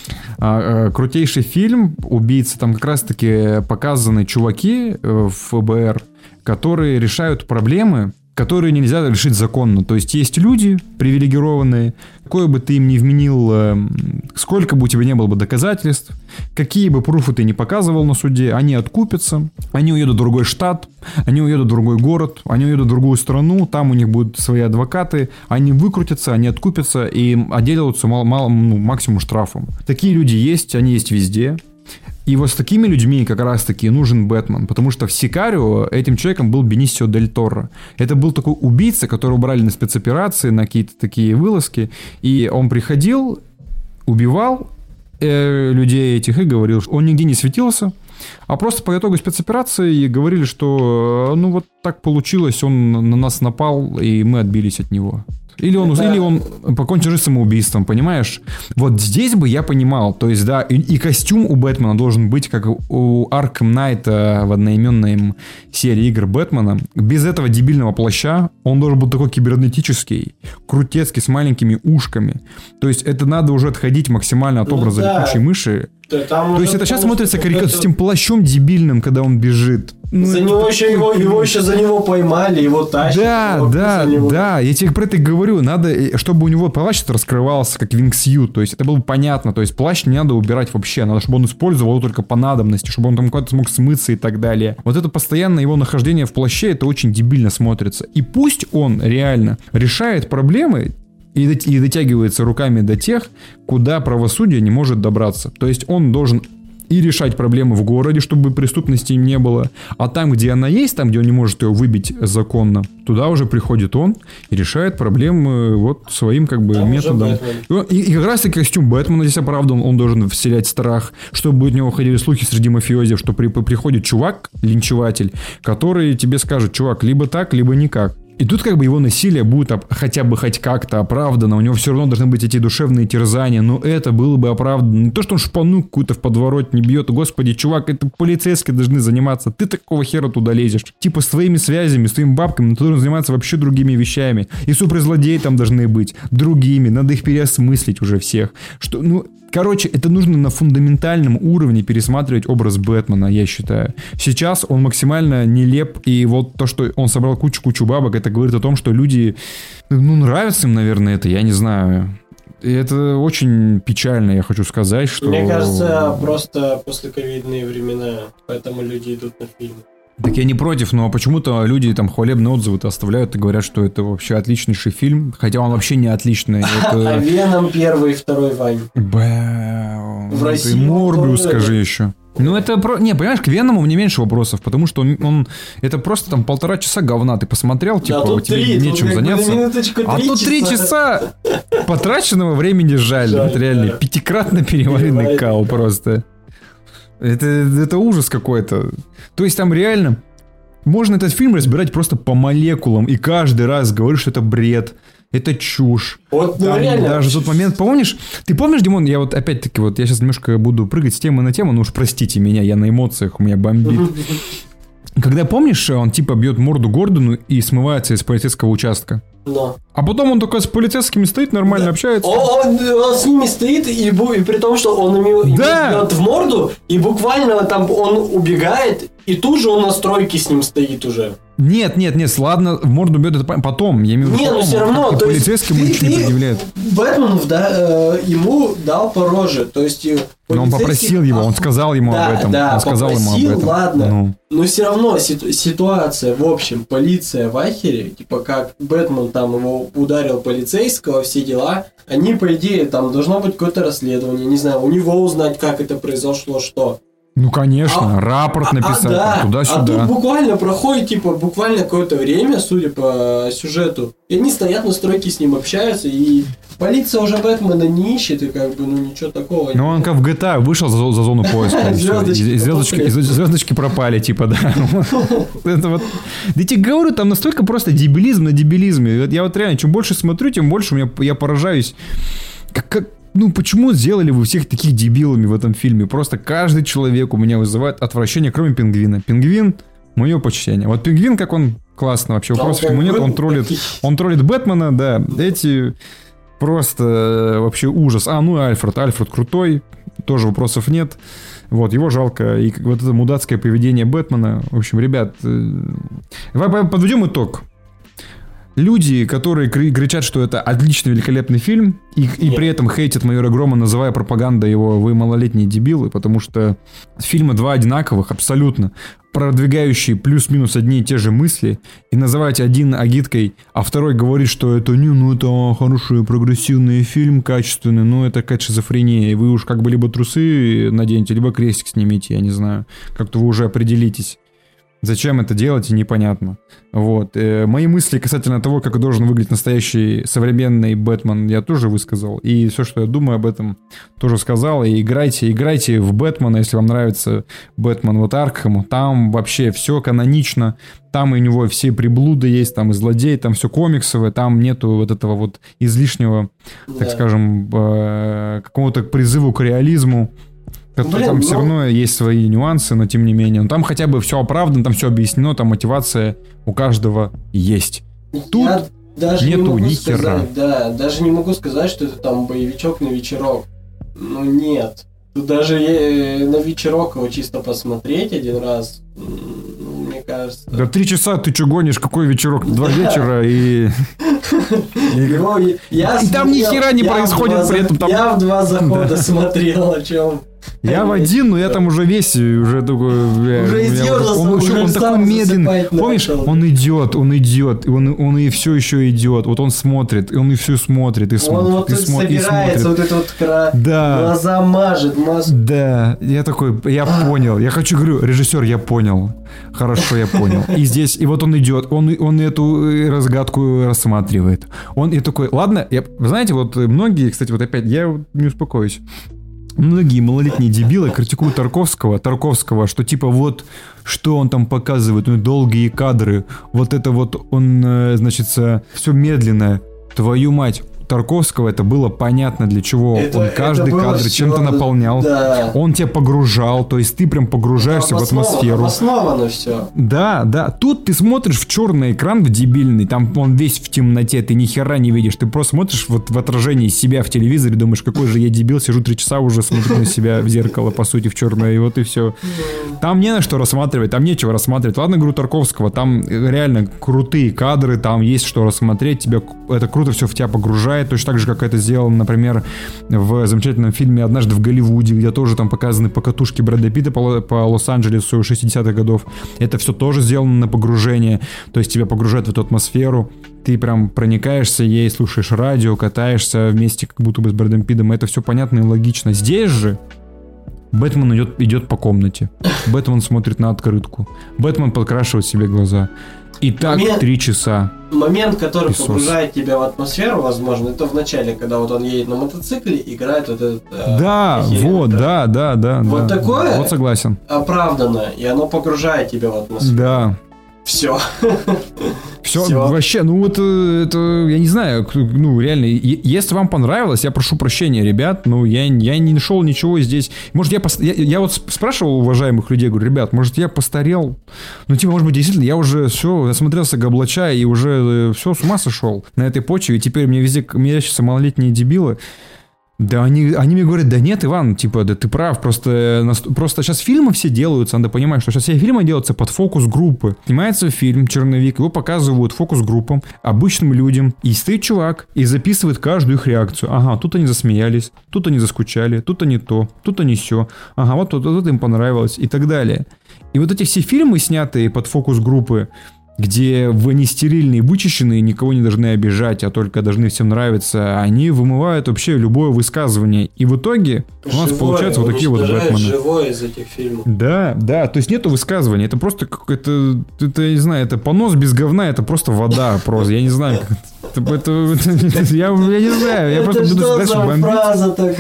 Крутейший фильм «Убийцы». Там как раз-таки показаны чуваки в эф бэ эр, которые решают проблемы которые нельзя решить законно. То есть есть люди привилегированные, какое бы ты им ни вменил, сколько бы у тебя не было бы доказательств, какие бы пруфы ты не показывал на суде, они откупятся, они уедут в другой штат, они уедут в другой город, они уедут в другую страну, там у них будут свои адвокаты, они выкрутятся, они откупятся и отделаются мало, мало, ну, максимум штрафом. Такие люди есть, они есть везде. И вот с такими людьми как раз-таки нужен Бэтмен, потому что в «Сикарио» этим человеком был Бенисио дель Торо. Это был такой убийца, которого брали на спецоперации, на какие-то такие вылазки, и он приходил, убивал э, людей этих и говорил, что он нигде не светился, а просто по итогу спецоперации говорили, что ну вот так получилось, он на нас напал, и мы отбились от него. Или он, или он покончил жизнь самоубийством, понимаешь? Вот здесь бы я понимал. То есть, да, и, и костюм у Бэтмена должен быть, как у Аркхэм Найта в одноименной им серии игр Бэтмена. Без этого дебильного плаща он должен быть такой кибернетический, крутецкий, с маленькими ушками. То есть, это надо уже отходить максимально от образа ну, да. летучей мыши. Да, То есть, это сейчас смотрится как это... с тем плащом дебильным, когда он бежит. Ну, за него еще его, его еще за него поймали, его тащат. Да, его, да, да. Я тебе про это говорю. Надо, чтобы у него плащ раскрывался как вингсьют. То есть это было понятно. То есть плащ не надо убирать вообще. Надо, чтобы он использовал его только по надобности, чтобы он там куда-то смог смыться и так далее. Вот это постоянное его нахождение в плаще, это очень дебильно смотрится. И пусть он реально решает проблемы и дотягивается руками до тех, куда правосудие не может добраться. То есть он должен и решать проблемы в городе, чтобы преступности не было. А там, где она есть, там, где он не может ее выбить законно, туда уже приходит он и решает проблемы вот своим как бы там методом. И, и как раз таки костюм Бэтмена здесь оправдан, он должен вселять страх, чтобы от него ходили слухи среди мафиози, что при, приходит чувак, линчеватель, который тебе скажет, чувак, либо так, либо никак. И тут как бы его насилие будет хотя бы хоть как-то оправдано, у него все равно должны быть эти душевные терзания, но это было бы оправдано. Не то, что он шпану какую-то в подворот не бьет, господи, чувак, это полицейские должны заниматься, ты такого хера туда лезешь. Типа с твоими связями, с твоими бабками, но ты должен заниматься вообще другими вещами. И суперзлодеи там должны быть другими, надо их переосмыслить уже всех. Что, ну... Короче, это нужно на фундаментальном уровне пересматривать образ Бэтмена, я считаю. Сейчас он максимально нелеп, и вот то, что он собрал кучу-кучу бабок, это говорит о том, что люди, ну, нравится им, наверное, это, я не знаю. И это очень печально, я хочу сказать, что... Мне кажется, просто послековидные времена, поэтому люди идут на фильм. Так я не против, но почему-то люди там хвалебные отзывы-то оставляют и говорят, что это вообще отличнейший фильм, хотя он вообще не отличный. А Веном первый и второй, Вань. Бэ... В России. Ты Морбиус скажи еще. Ну, это про... Не, понимаешь, к Веному мне меньше вопросов, потому что он, он... Это просто там полтора часа говна. Ты посмотрел, типа, да, тебе три, нечем заняться. А тут три часа потраченного времени жаль. жаль это реально да. пятикратно переваренный кал просто. Это, это ужас какой-то. То есть там реально можно этот фильм разбирать просто по молекулам и каждый раз говорить, что это бред, это чушь. Вот, ну, там реально. Даже тот момент, помнишь? Ты помнишь, Димон, я вот опять-таки, вот я сейчас немножко буду прыгать с темы на тему, ну уж простите меня, я на эмоциях, у меня бомбит. Когда, помнишь, он типа бьет морду Гордону и смывается из полицейского участка? Но. А потом он только с полицейскими стоит, нормально да. общается. Он, он, он с ними стоит, и, и при том, что он ему да. бьет в морду, и буквально там он убегает, и тут же он на стройке с ним стоит уже. Нет, нет, нет, ладно, в морду бьет это потом. Я имею в виду, не, потом, ну все равно, то есть полицейскому ты, ничего не предъявляет. Бэтмен да, э, ему дал по роже, то есть... Но он попросил его, он сказал ему да, об этом. Да, он сказал попросил, ему об этом. Ладно, ну. но все равно ситуация, в общем, полиция в ахере, типа как Бэтмен там его ударил полицейского, все дела, они, по идее, там должно быть какое-то расследование, не знаю, у него узнать, как это произошло, что... Ну, конечно, а, а, написать, а, да, туда-сюда. А тут буквально проходит, типа, буквально какое-то время, судя по сюжету, и они стоят на стройке, с ним общаются, и полиция уже Бэтмена не ищет, и как бы, ну, ничего такого. Ну, он как в джи ти эй вышел за, за зону поиска. Звездочки пропали, типа, да. Это вот... Да я тебе говорю, там настолько просто дебилизм на дебилизме. Я вот реально, чем больше смотрю, тем больше у меня я поражаюсь. Как... Ну, почему сделали вы всех таких дебилами в этом фильме? Просто каждый человек у меня вызывает отвращение, кроме Пингвина. Пингвин, мое почтение. Вот Пингвин, как он классно вообще, вопросов к нему нет. Он троллит, он троллит Бэтмена, да. Эти просто вообще ужас. А, ну и Альфред. Альфред крутой, тоже вопросов нет. Вот, его жалко. И вот это мудацкое поведение Бэтмена. В общем, ребят, подведем итог. люди, которые кры- кричат, что это отличный, великолепный фильм, и, и при этом хейтят майора Грома, называя пропагандой его «вы малолетние дебилы», потому что фильмы два одинаковых абсолютно, продвигающие плюс-минус одни и те же мысли, и называть один агиткой, а второй говорит, что это не, ну это хороший прогрессивный фильм, качественный, ну это какая-то шизофрения, и вы уж как бы либо трусы наденете, либо крестик снимите, я не знаю, как-то вы уже определитесь. Зачем это делать, непонятно. Вот. Э, мои мысли касательно того, как должен выглядеть настоящий современный Бэтмен, я тоже высказал. И все, что я думаю об этом, тоже сказал. И играйте, играйте в Бэтмена, если вам нравится Бэтмен вот Аркхэму. Там вообще все канонично. Там у него все приблуды есть, там и злодей, там все комиксовое. Там нету вот этого вот излишнего, да. так скажем, э, какого-то призыва к реализму. Блин, там ну... все равно есть свои нюансы, но тем не менее. Но там хотя бы все оправдано, там все объяснено, там мотивация у каждого есть. Тут Я даже нету не могу ни сказать, хера. Да, даже не могу сказать, что это там боевичок на вечерок. Ну нет. Тут даже на вечерок его чисто посмотреть один раз, ну, мне кажется... Да три часа ты что гонишь, какой вечерок? Два вечера и... И там ни хера не происходит при этом. Я в два захода смотрел, о чем... Я в один, но я там уже весь, уже такой... Уже изъелся, он, уже он такой медленный. Помнишь, он идет, он идет, и он, он и все еще идет. Вот он смотрит, и он и все смотрит, и смотрит, он вот и смотрит, собирается, вот это вот кра... да. глаза мажет, мажет. Да, я такой, я понял. Я хочу, говорю, режиссер, я понял. Хорошо, я понял. И здесь, и вот он идет, он, он эту разгадку рассматривает. Он и такой, ладно, я, вы знаете, вот многие, кстати, вот опять, я не успокоюсь. Многие малолетние дебилы критикуют Тарковского, Тарковского, что типа вот, что он там показывает, ну долгие кадры, вот это вот он, значит, все медленное, твою мать. Тарковского это было понятно для чего. Это, он каждый кадр чем-то наполнял. Да. Он тебя погружал, то есть ты прям погружаешься в атмосферу. Обосновано все. Да, да. Тут ты смотришь в черный экран, в дебильный, там он весь в темноте, ты ни хера не видишь. Ты просто смотришь вот в отражении себя в телевизоре, думаешь, какой же я дебил, сижу три часа уже, смотрю на себя в зеркало, по сути, в черное, и вот и все. Там не на что рассматривать, там нечего рассматривать. Ладно, говорю, Тарковского, там реально крутые кадры, там есть что рассмотреть, тебя, это круто все в тебя погружает. Точно так же, как это сделано, например, в замечательном фильме «Однажды в Голливуде», где тоже там показаны покатушки Брэда Питта по, по Лос-Анджелесу шестидесятых годов. Это все тоже сделано на погружение. То есть тебя погружают в эту атмосферу. Ты прям проникаешься ей, слушаешь радио, катаешься вместе как будто бы с Брэдом Питтом. Это все понятно и логично. Здесь же Бэтмен идет, идет по комнате. Бэтмен смотрит на открытку. Бэтмен подкрашивает себе глаза. И так момент, три часа. Момент, который Песос. погружает тебя в атмосферу, возможно, это в начале, когда вот он едет на мотоцикле, играет вот этот... Да, э, вот, да, да, да. Вот да, такое вот согласен. Оправданно, и оно погружает тебя в атмосферу. Да. Все. Все, Все, вообще, ну вот это, я не знаю, ну реально, если вам понравилось, я прошу прощения, ребят, ну я, я не нашел ничего здесь. Может, я, я, я вот спрашивал уважаемых людей, говорю, ребят, может, я постарел? Ну, типа, может быть, действительно, я уже все, насмотрелся Гоблача и уже все, с ума сошел на этой почве, и теперь мне везде мерещатся малолетние дебилы. Да, они, они мне говорят, да нет, Иван, типа, да ты прав, просто, просто сейчас фильмы все делаются, надо понимать, что сейчас все фильмы делаются под фокус-группы. Снимается фильм «Черновик», его показывают фокус-группам, обычным людям, и стоит чувак и записывает каждую их реакцию. Ага, тут они засмеялись, тут они заскучали, тут они то, тут они сё, ага, вот тут, вот им понравилось и так далее. И вот эти все фильмы, снятые под фокус-группы, где вы не стерильные, вычищенные, никого не должны обижать, а только должны всем нравиться, они вымывают вообще любое высказывание. И в итоге у нас живое, получаются вот такие вот Бэтмены. Живое из этих фильмов. Да, да, то есть нету высказывания, это просто какое-то, это, я не знаю, это понос без говна, это просто вода, просто, я не знаю, это, это, это я, я не знаю, я просто буду дальше бомбить. Фраза так...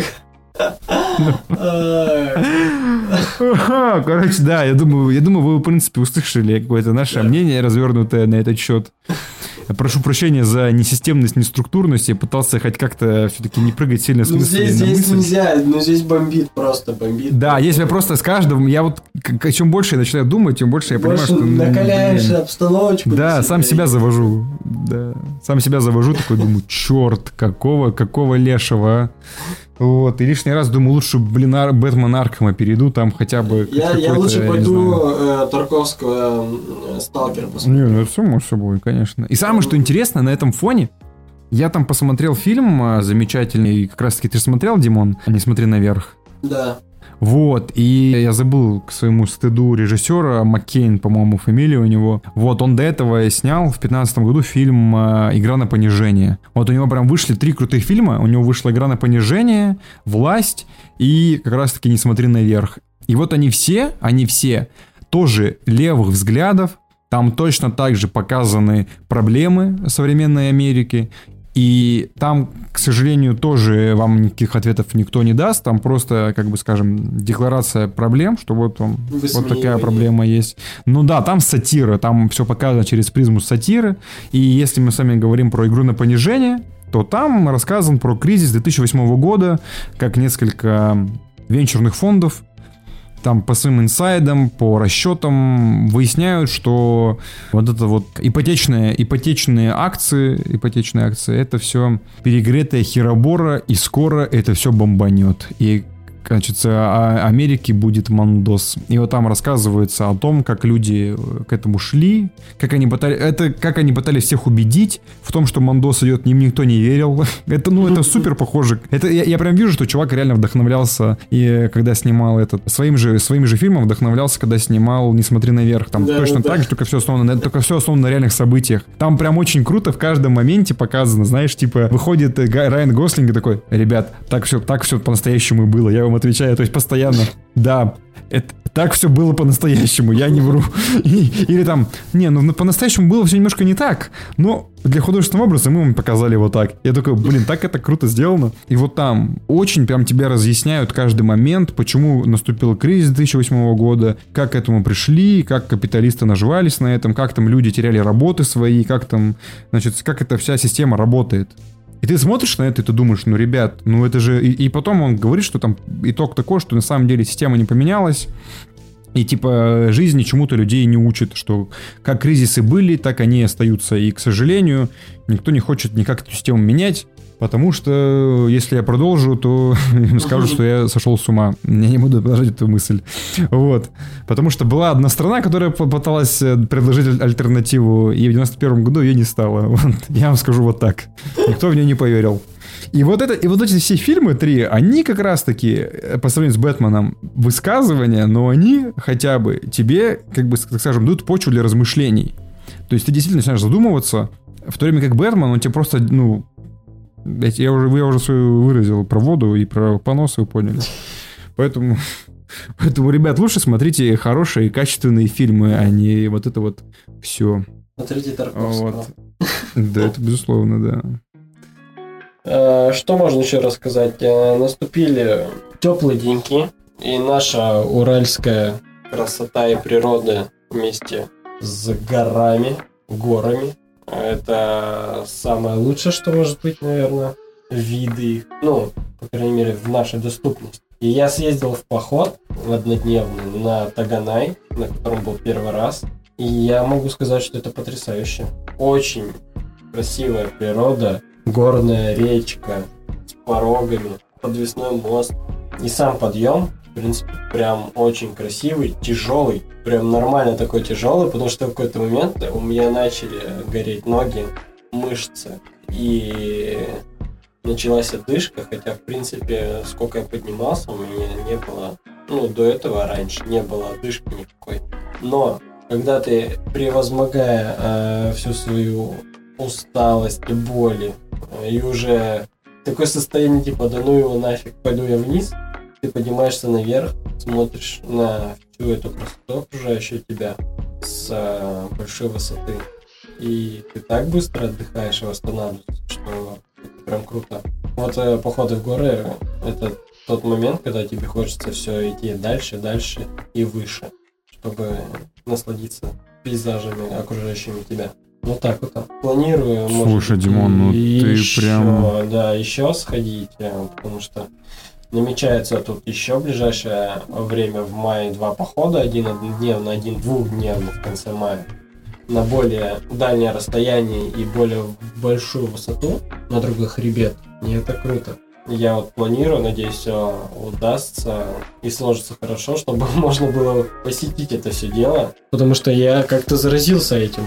Короче, да, я думаю, я думаю, вы, в принципе, услышали какое-то наше мнение развернутое на этот счет. Я прошу прощения за несистемность, неструктурность. Я пытался хоть как-то все-таки не прыгать сильно с мысли. Ну, здесь, здесь нельзя, но здесь бомбит просто, бомбит. Да, если я просто с каждым, я вот, чем больше я начинаю думать, тем больше я больше понимаю, что... накаляешь блин, обстановочку. Да, сам себя завожу. Да, сам себя завожу, такой думаю, черт, какого, какого лешего, а? Вот, и лишний раз думаю, лучше, блин, Ар- Бэтмен Аркхема перейду, там хотя бы... Я, я лучше пойду э, Тарковского э, Сталкера посмотрю. Не, ну это все может собой, конечно. И самое, что интересно, на этом фоне, я там посмотрел фильм э, замечательный, как раз-таки ты смотрел, Димон, «Не смотри наверх». Да. Вот, и я забыл к своему стыду режиссера, Маккейн, по-моему, фамилия у него. Вот, он до этого снял в пятнадцатом году фильм «Игра на понижение». Вот у него прям вышли три крутых фильма. У него вышла «Игра на понижение», «Власть» и как раз-таки «Не смотри наверх». И вот они все, они все тоже левых взглядов. Там точно так же показаны проблемы современной Америки. И там, к сожалению, тоже вам никаких ответов никто не даст. Там просто, как бы скажем, декларация проблем, что вот, он, вот такая проблема есть. Ну да, там сатира, там все показано через призму сатиры. И если мы с вами говорим про «Игру на понижение», то там рассказан про кризис две тысячи восьмого года, как несколько венчурных фондов там по своим инсайдам, по расчетам выясняют, что вот это вот ипотечные, ипотечные акции, ипотечные акции, это все перегретая херобора, и скоро это все бомбанет. И, значит, Америке будет мандос. И вот там рассказывается о том, как люди к этому шли, как они пытались, это, как они пытались всех убедить в том, что мандос идет, им никто не верил. Это, ну, это супер похоже. Это, я, я прям вижу, что чувак реально вдохновлялся, и когда снимал этот, своим же, своими же фильмом вдохновлялся, когда снимал «Не смотри наверх». Там да, точно да, так да. же, только все основано, только все основано на реальных событиях. Там прям очень круто в каждом моменте показано, знаешь, типа, выходит Райан Гослинг и такой: ребят, так все, так все по-настоящему и было. Я вам отвечаю, то есть постоянно, да, это, так все было по-настоящему, я не вру. И, или там, не, ну по-настоящему было все немножко не так, но для художественного образа мы вам показали вот так. Я такой, блин, так это круто сделано. И вот там очень прям тебе разъясняют каждый момент, почему наступил кризис две тысячи восьмого года, как к этому пришли, как капиталисты наживались на этом, как там люди теряли работы свои, как там, значит, как эта вся система работает. И ты смотришь на это, и ты думаешь, ну, ребят, ну это же... И, и потом он говорит, что там итог такой, что на самом деле система не поменялась, и типа жизнь чему-то людей не учит, что как кризисы были, так они и остаются. И, к сожалению, никто не хочет никак эту систему менять, потому что если я продолжу, то скажут, что я сошел с ума. Я не буду продолжать эту мысль. Вот. Потому что была одна страна, которая пыталась предложить альтернативу, и в девяносто первом году ее не стало. Вот. Я вам скажу вот так. Никто в нее не поверил. И вот, это, и вот эти все фильмы, три, они как раз-таки, по сравнению с «Бэтменом», высказывания, но они хотя бы тебе, как бы, так скажем, дают почву для размышлений. То есть ты действительно начинаешь задумываться, в то время как «Бэтмен», он тебе просто, ну... Я уже, я уже свою выразил про воду и про понос, вы поняли. Поэтому, поэтому, ребят, лучше смотрите хорошие, качественные фильмы, а не вот это вот все. Смотрите Тарковского. Вот. Да, это безусловно, да. Что можно еще рассказать? Наступили теплые деньки, и наша уральская красота и природа вместе с горами, горами. Это самое лучшее, что может быть, наверное, виды их, ну, по крайней мере, в нашей доступности. И я съездил в поход в однодневный на Таганай, на котором был первый раз. И я могу сказать, что это потрясающе. Очень красивая природа, горная речка с порогами, подвесной мост. И сам подъем, в принципе, прям очень красивый, тяжелый. Прям нормально такой тяжелый, потому что в какой-то момент у меня начали гореть ноги, мышцы. И началась одышка, хотя, в принципе, сколько я поднимался, у меня не было, ну, до этого раньше не было одышки никакой. Но когда ты, превозмогая э, всю свою усталость и боли, э, и уже такое состояние, типа, да ну его нафиг, пойду я вниз, ты поднимаешься наверх, смотришь на всю эту красоту, окружающую тебя с э, большой высоты, и ты так быстро отдыхаешь и восстанавливаешься, что это прям круто. Вот э, походы в горы — это тот момент, когда тебе хочется все идти дальше, дальше и выше, чтобы насладиться пейзажами, окружающими тебя. Вот так вот. Планирую, Слушай, может, Димон, ну еще, ты прям... Да, еще сходить, потому что намечается тут еще в ближайшее время в мае два похода, один однодневный, один двухдневный в конце мая, на более дальнее расстояние и более большую высоту, на другой хребет. И это круто. Я вот планирую, надеюсь, все удастся и сложится хорошо, чтобы можно было посетить это все дело. Потому что я как-то заразился этим.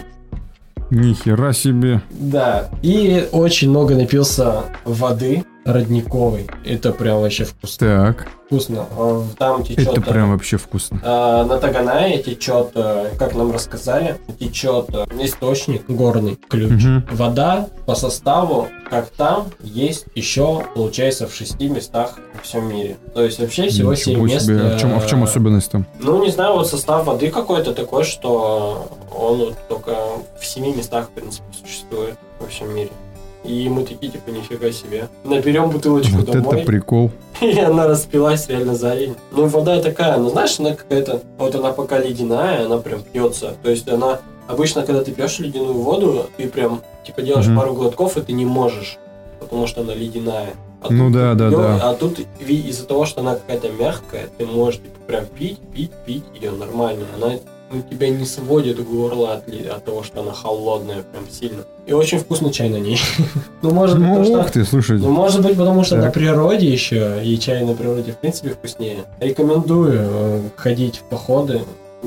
Нихера себе. Да. И очень много напился воды родниковой. Это прям вообще вкусно. Так. Вкусно. Там течет... Это прям вообще вкусно. Э, на Таганае течет, э, как нам рассказали, течет э, источник горный, ключ. Угу. Вода по составу, как там, есть еще, получается, в шести местах во всем мире. То есть вообще всего семь мест. Себе. А в чем, а в чем особенность там? Ну, не знаю, вот состав воды какой-то такой, что он вот только в семи местах, в принципе, существует во всем мире. И мы такие, типа, нифига себе. Наберем бутылочку вот домой. Это прикол. И она распилась реально за день. Ну, вода такая, ну, знаешь, она какая-то... Вот она пока ледяная, она прям пьется. То есть она... Обычно, когда ты пьешь ледяную воду, ты прям, типа, делаешь mm-hmm. пару глотков, и ты не можешь. Потому что она ледяная. А ну да, да, её, да. А тут из-за того, что она какая-то мягкая, ты можешь, типа, прям пить, пить, пить ее нормально. Она... Ну, тебя не сводит горло от, от того, что она холодная прям сильно. И очень вкусный чай на ней. Ну, может быть, ну, потому ух что... ты, слушай. Ну, может быть, потому что так. на природе еще, и чай на природе, в принципе, вкуснее. Рекомендую э, ходить в походы,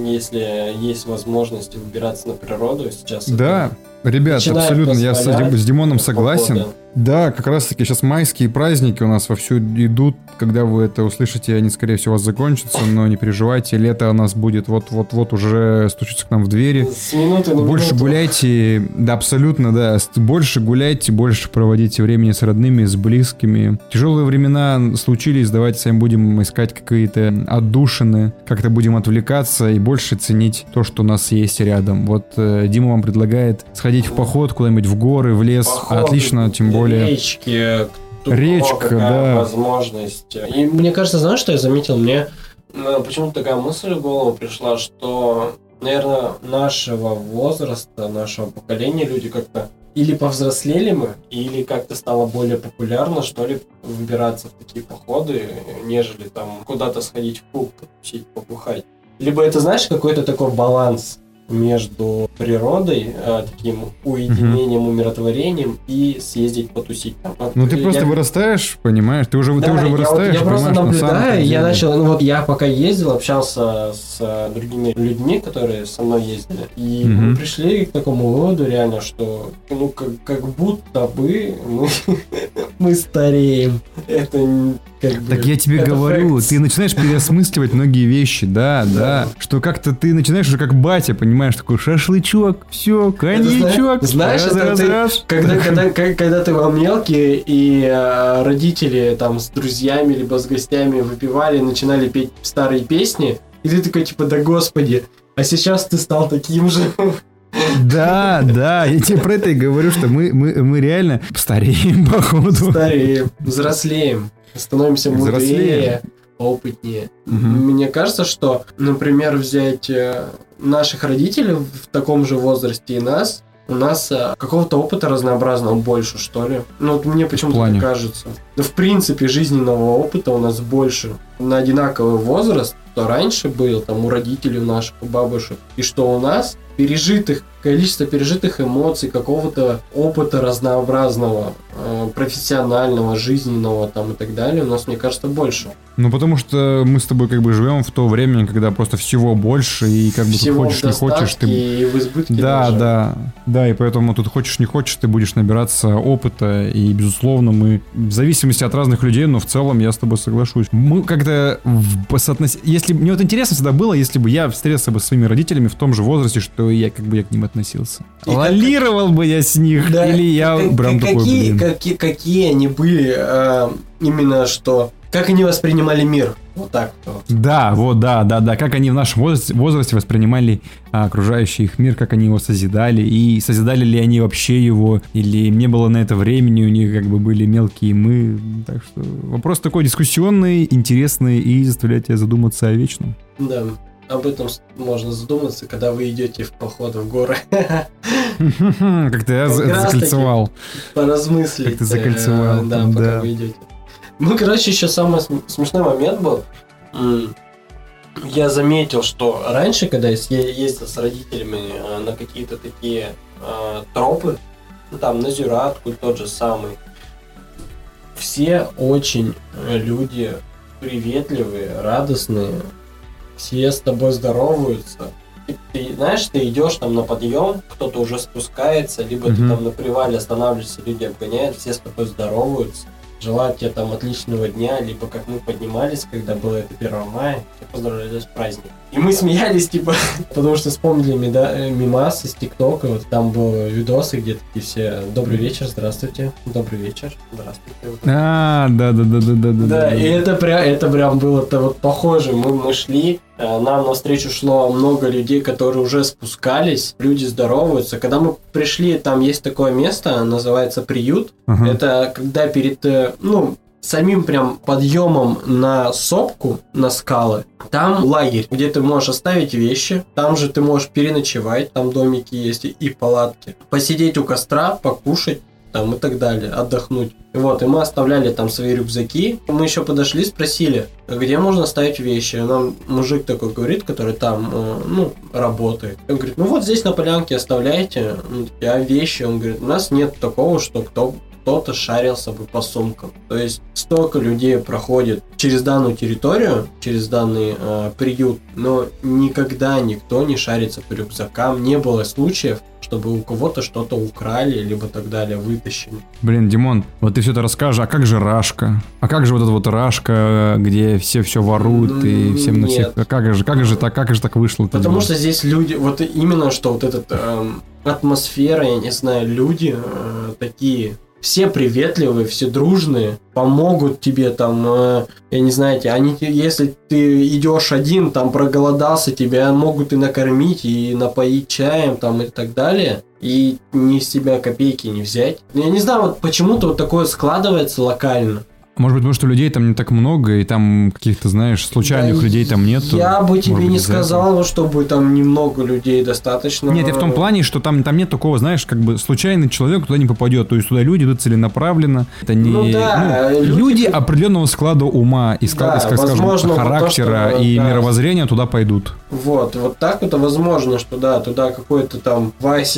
если есть возможность выбираться на природу сейчас. Да, ребят, абсолютно, я с, с Димоном согласен. Похода. Да, как раз таки сейчас майские праздники у нас вовсю идут. Когда вы это услышите, они, скорее всего, у вас закончатся, но не переживайте, лето у нас будет вот-вот-вот уже стучится к нам в двери. С минуты на Больше минуту. гуляйте, да, абсолютно, да, больше гуляйте, больше проводите времени с родными, с близкими. Тяжелые времена случились, давайте сами будем искать какие-то отдушины, как-то будем отвлекаться и больше ценить то, что у нас есть рядом. Вот э, Дима вам предлагает сходить в поход куда-нибудь в горы, в лес. Поход, отлично, тем более. Речки, Речка, какая да. возможность. И мне кажется, знаешь, что я заметил? Мне ну, почему-то такая мысль в голову пришла, что, наверное, нашего возраста, нашего поколения люди как-то или повзрослели мы, или как-то стало более популярно, что ли, выбираться в такие походы, нежели там куда-то сходить в клуб, потусить, побухать. Либо это, знаешь, какой-то такой баланс между природой, э, таким уединением, mm-hmm. умиротворением и съездить потусить там. Ну ты я... просто вырастаешь, понимаешь, ты уже, да, ты уже я вырастаешь, вот, я просто понимаешь, наблюдаю, я начал, ну вот я пока ездил, общался с другими людьми, которые со мной ездили, и mm-hmm. мы пришли к такому выводу реально, что ну как, как будто бы мы, мы стареем. Это как бы, так я тебе говорю, факт. Ты начинаешь переосмысливать многие вещи, да, да, что как-то ты начинаешь уже как батя, понимаешь, такой шашлычок, все, коньячок, знаешь, раз, это раз, ты, раз. Когда, когда, когда ты был мелкий, и э, родители там с друзьями либо с гостями выпивали, начинали петь старые песни, и ты такой, типа, да господи, а сейчас ты стал таким же. Да, да, я тебе про это и говорю, что мы, мы, мы реально стареем, походу. Стареем, взрослеем. Становимся мудрее, опытнее. Угу. Мне кажется, что, например, взять наших родителей в таком же возрасте и нас, у нас какого-то опыта разнообразного больше, что ли. Ну, вот мне почему-то так кажется. Но, в принципе, жизненного опыта у нас больше. На одинаковый возраст, что раньше был, там, у родителей, у наших, у бабушек, и что у нас пережитых, количество пережитых эмоций, какого-то опыта разнообразного, э, профессионального, жизненного там и так далее, у нас, мне кажется, больше. Ну, потому что мы с тобой как бы живем в то время, когда просто всего больше, и как бы всего ты хочешь, не хочешь, ты... и в избытке Да, даже. да, да, и поэтому тут хочешь, не хочешь, ты будешь набираться опыта, и, безусловно, мы, в зависимости от разных людей, но в целом я с тобой соглашусь. Мы как-то в соотнос... Если... Мне вот интересно всегда было, если бы я встретился бы со своими родителями в том же возрасте, что я как бы я к ним относился. И лолировал как... бы я с них, да, или я как, прям как, такой, какие, блин. Какие, какие они были, э, именно что... Как они воспринимали мир? Вот так вот. Да, вот, да, да, да. Как они в нашем возрасте, возрасте воспринимали а, окружающий их мир, как они его созидали, и созидали ли они вообще его, или не было на это времени, у них как бы были мелкие мы. Так что вопрос такой дискуссионный, интересный и заставляет тебя задуматься о вечном. Да, об этом можно задуматься, когда вы идете в поход в горы. Как ты закольцевал. Поразмыслить. Как ты закольцевал. Да, пока вы идете. Ну, короче, еще самый смешной момент был. Я заметил, что раньше, когда я ездил с родителями на какие-то такие тропы, там, на Зюратку, тот же самый, все очень люди приветливые, радостные, все с тобой здороваются. Ты, ты знаешь, ты идешь там на подъем, кто-то уже спускается, либо mm-hmm. ты там на привале останавливаешься, люди обгоняют, все с тобой здороваются. Желаю тебе там отличного дня, либо как мы поднимались, когда было это первое мая, я поздравляю с праздником. И мы смеялись, типа, потому что вспомнили меда- мимас из ТикТока, вот там был видосы, где такие все «Добрый вечер, здравствуйте, добрый вечер, здравствуйте». А, да-да-да-да-да. Да, и это прям, это прям было-то вот похоже, мы, мы шли, нам навстречу шло много людей, которые уже спускались, люди здороваются. Когда мы пришли, там есть такое место, называется приют, uh-huh. это когда перед, ну, самим прям подъемом на сопку, на скалы, там лагерь, где ты можешь оставить вещи, там же ты можешь переночевать, там домики есть и палатки, посидеть у костра, покушать там и так далее, отдохнуть. Вот, и мы оставляли там свои рюкзаки. Мы еще подошли, спросили, где можно ставить вещи. Нам мужик такой говорит, который там, ну, работает. Он говорит, ну вот здесь на полянке оставляйте, а вещи, он говорит, у нас нет такого, что кто кто-то шарился бы по сумкам. То есть столько людей проходит через данную территорию, через данный э, приют, но никогда никто не шарится по рюкзакам. Не было случаев, чтобы у кого-то что-то украли, либо так далее, вытащили. Блин, Димон, вот ты все это расскажешь, а как же Рашка? А как же вот эта вот Рашка, где все все воруют и всем на всех... Как же, как же так, как же так вышло? Потому Димон? Что здесь люди, вот именно что вот эта э, атмосфера, я не знаю, люди э, такие... Все приветливые, все дружные, помогут тебе там, э, я не знаю, они, если ты идешь один, там проголодался, тебя могут и накормить, и напоить чаем там и так далее, и ни с себя копейки не взять. Я не знаю, вот почему-то вот такое складывается локально. Может быть, потому что людей там не так много, и там каких-то, знаешь, случайных да людей там нет. Я бы тебе не сказал, чтобы там немного людей достаточно. Нет, и в том плане, что там, там нет такого, знаешь, как бы случайный человек туда не попадет. То есть туда люди идут целенаправленно. Это не ну, да, ну, люди, люди определенного склада ума и склада, да, скажем, возможно, характера вот то, что, и да, мировоззрения туда пойдут. Вот, вот так это возможно, что да, туда какой-то там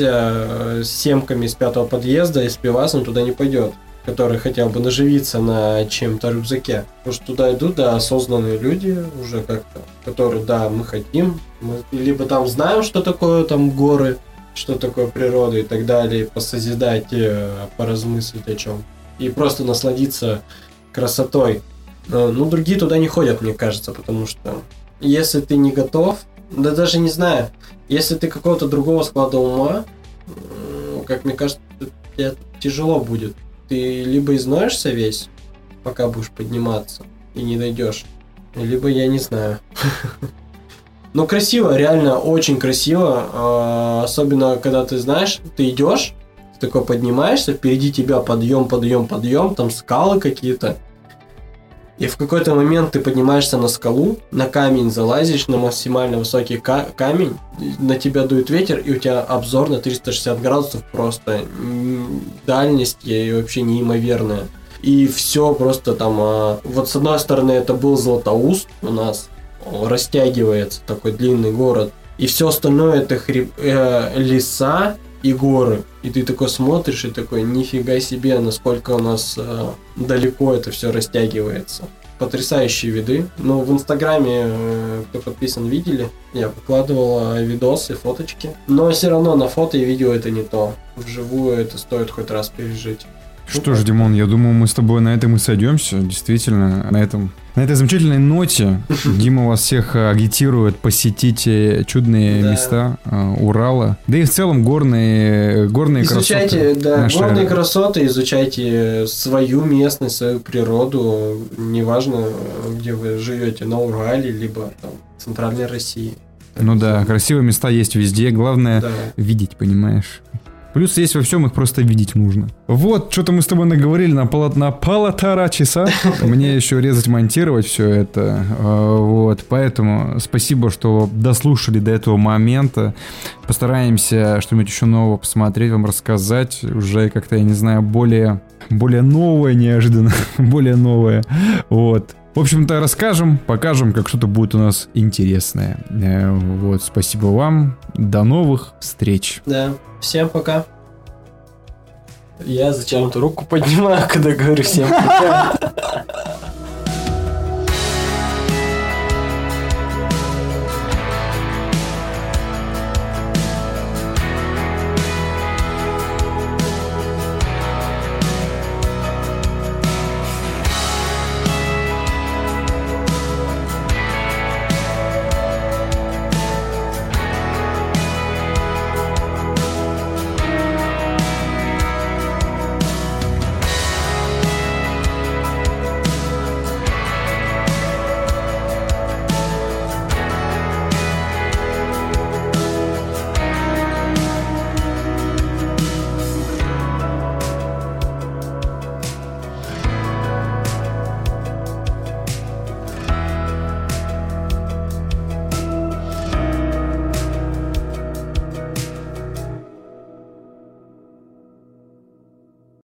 Вася с семками из пятого подъезда и с пивасом туда не пойдет, который хотел бы наживиться на чем-то рюкзаке. Потому что туда идут, да, осознанные люди уже как-то, которые, да, мы хотим, мы либо там знаем, что такое там горы, что такое природа и так далее, посозидать, поразмыслить о чем. И просто насладиться красотой. Ну, другие туда не ходят, мне кажется, потому что если ты не готов, да даже не знаю, если ты какого-то другого склада ума, как мне кажется, тебе тяжело будет. Ты либо изноешься весь, пока будешь подниматься, и не дойдешь, либо я не знаю. Но красиво, реально очень красиво, особенно когда ты знаешь, ты идешь, ты такой поднимаешься, впереди тебя подъем, подъем, подъем, там скалы какие-то, и в какой-то момент ты поднимаешься на скалу, на камень залазишь, на максимально высокий ка- камень, на тебя дует ветер, и у тебя обзор на триста шестьдесят градусов просто, дальность и вообще неимоверная. И все просто там, а, вот с одной стороны это был Златоуст у нас, растягивается такой длинный город, и все остальное это хреб, э, леса и горы. И ты такой смотришь и такой, нифига себе, насколько у нас э, далеко это все растягивается. Потрясающие виды. Ну, в Инстаграме, э, кто подписан, видели, я выкладывал э, видосы, фоточки. Но все равно на фото и видео это не то. Вживую это стоит хоть раз пережить. Что ж, Димон, я думаю, мы с тобой на этом и сойдемся. Действительно, на этом... На этой замечательной ноте Дима вас всех агитирует посетить чудные да. места э, Урала. Да и в целом горные, горные изучайте, красоты. Да, наши... горные красоты, изучайте свою местность, свою природу. Неважно, где вы живете, на Урале, либо там, в Центральной России. Ну да, красивые места есть везде. Главное да. видеть, понимаешь? Плюс есть во всем, их просто видеть нужно. Вот, что-то мы с тобой наговорили на, полот... на полтора часа. Мне еще резать, монтировать все это. Вот, поэтому спасибо, что дослушали до этого момента. Постараемся что-нибудь еще нового посмотреть, вам рассказать. Уже как-то, я не знаю, более, более новое неожиданно. более новое. Вот. В общем-то, расскажем, покажем, как что-то будет у нас интересное. Вот, спасибо вам. До новых встреч. Да, всем пока. Я зачем-то руку поднимаю, когда говорю всем пока.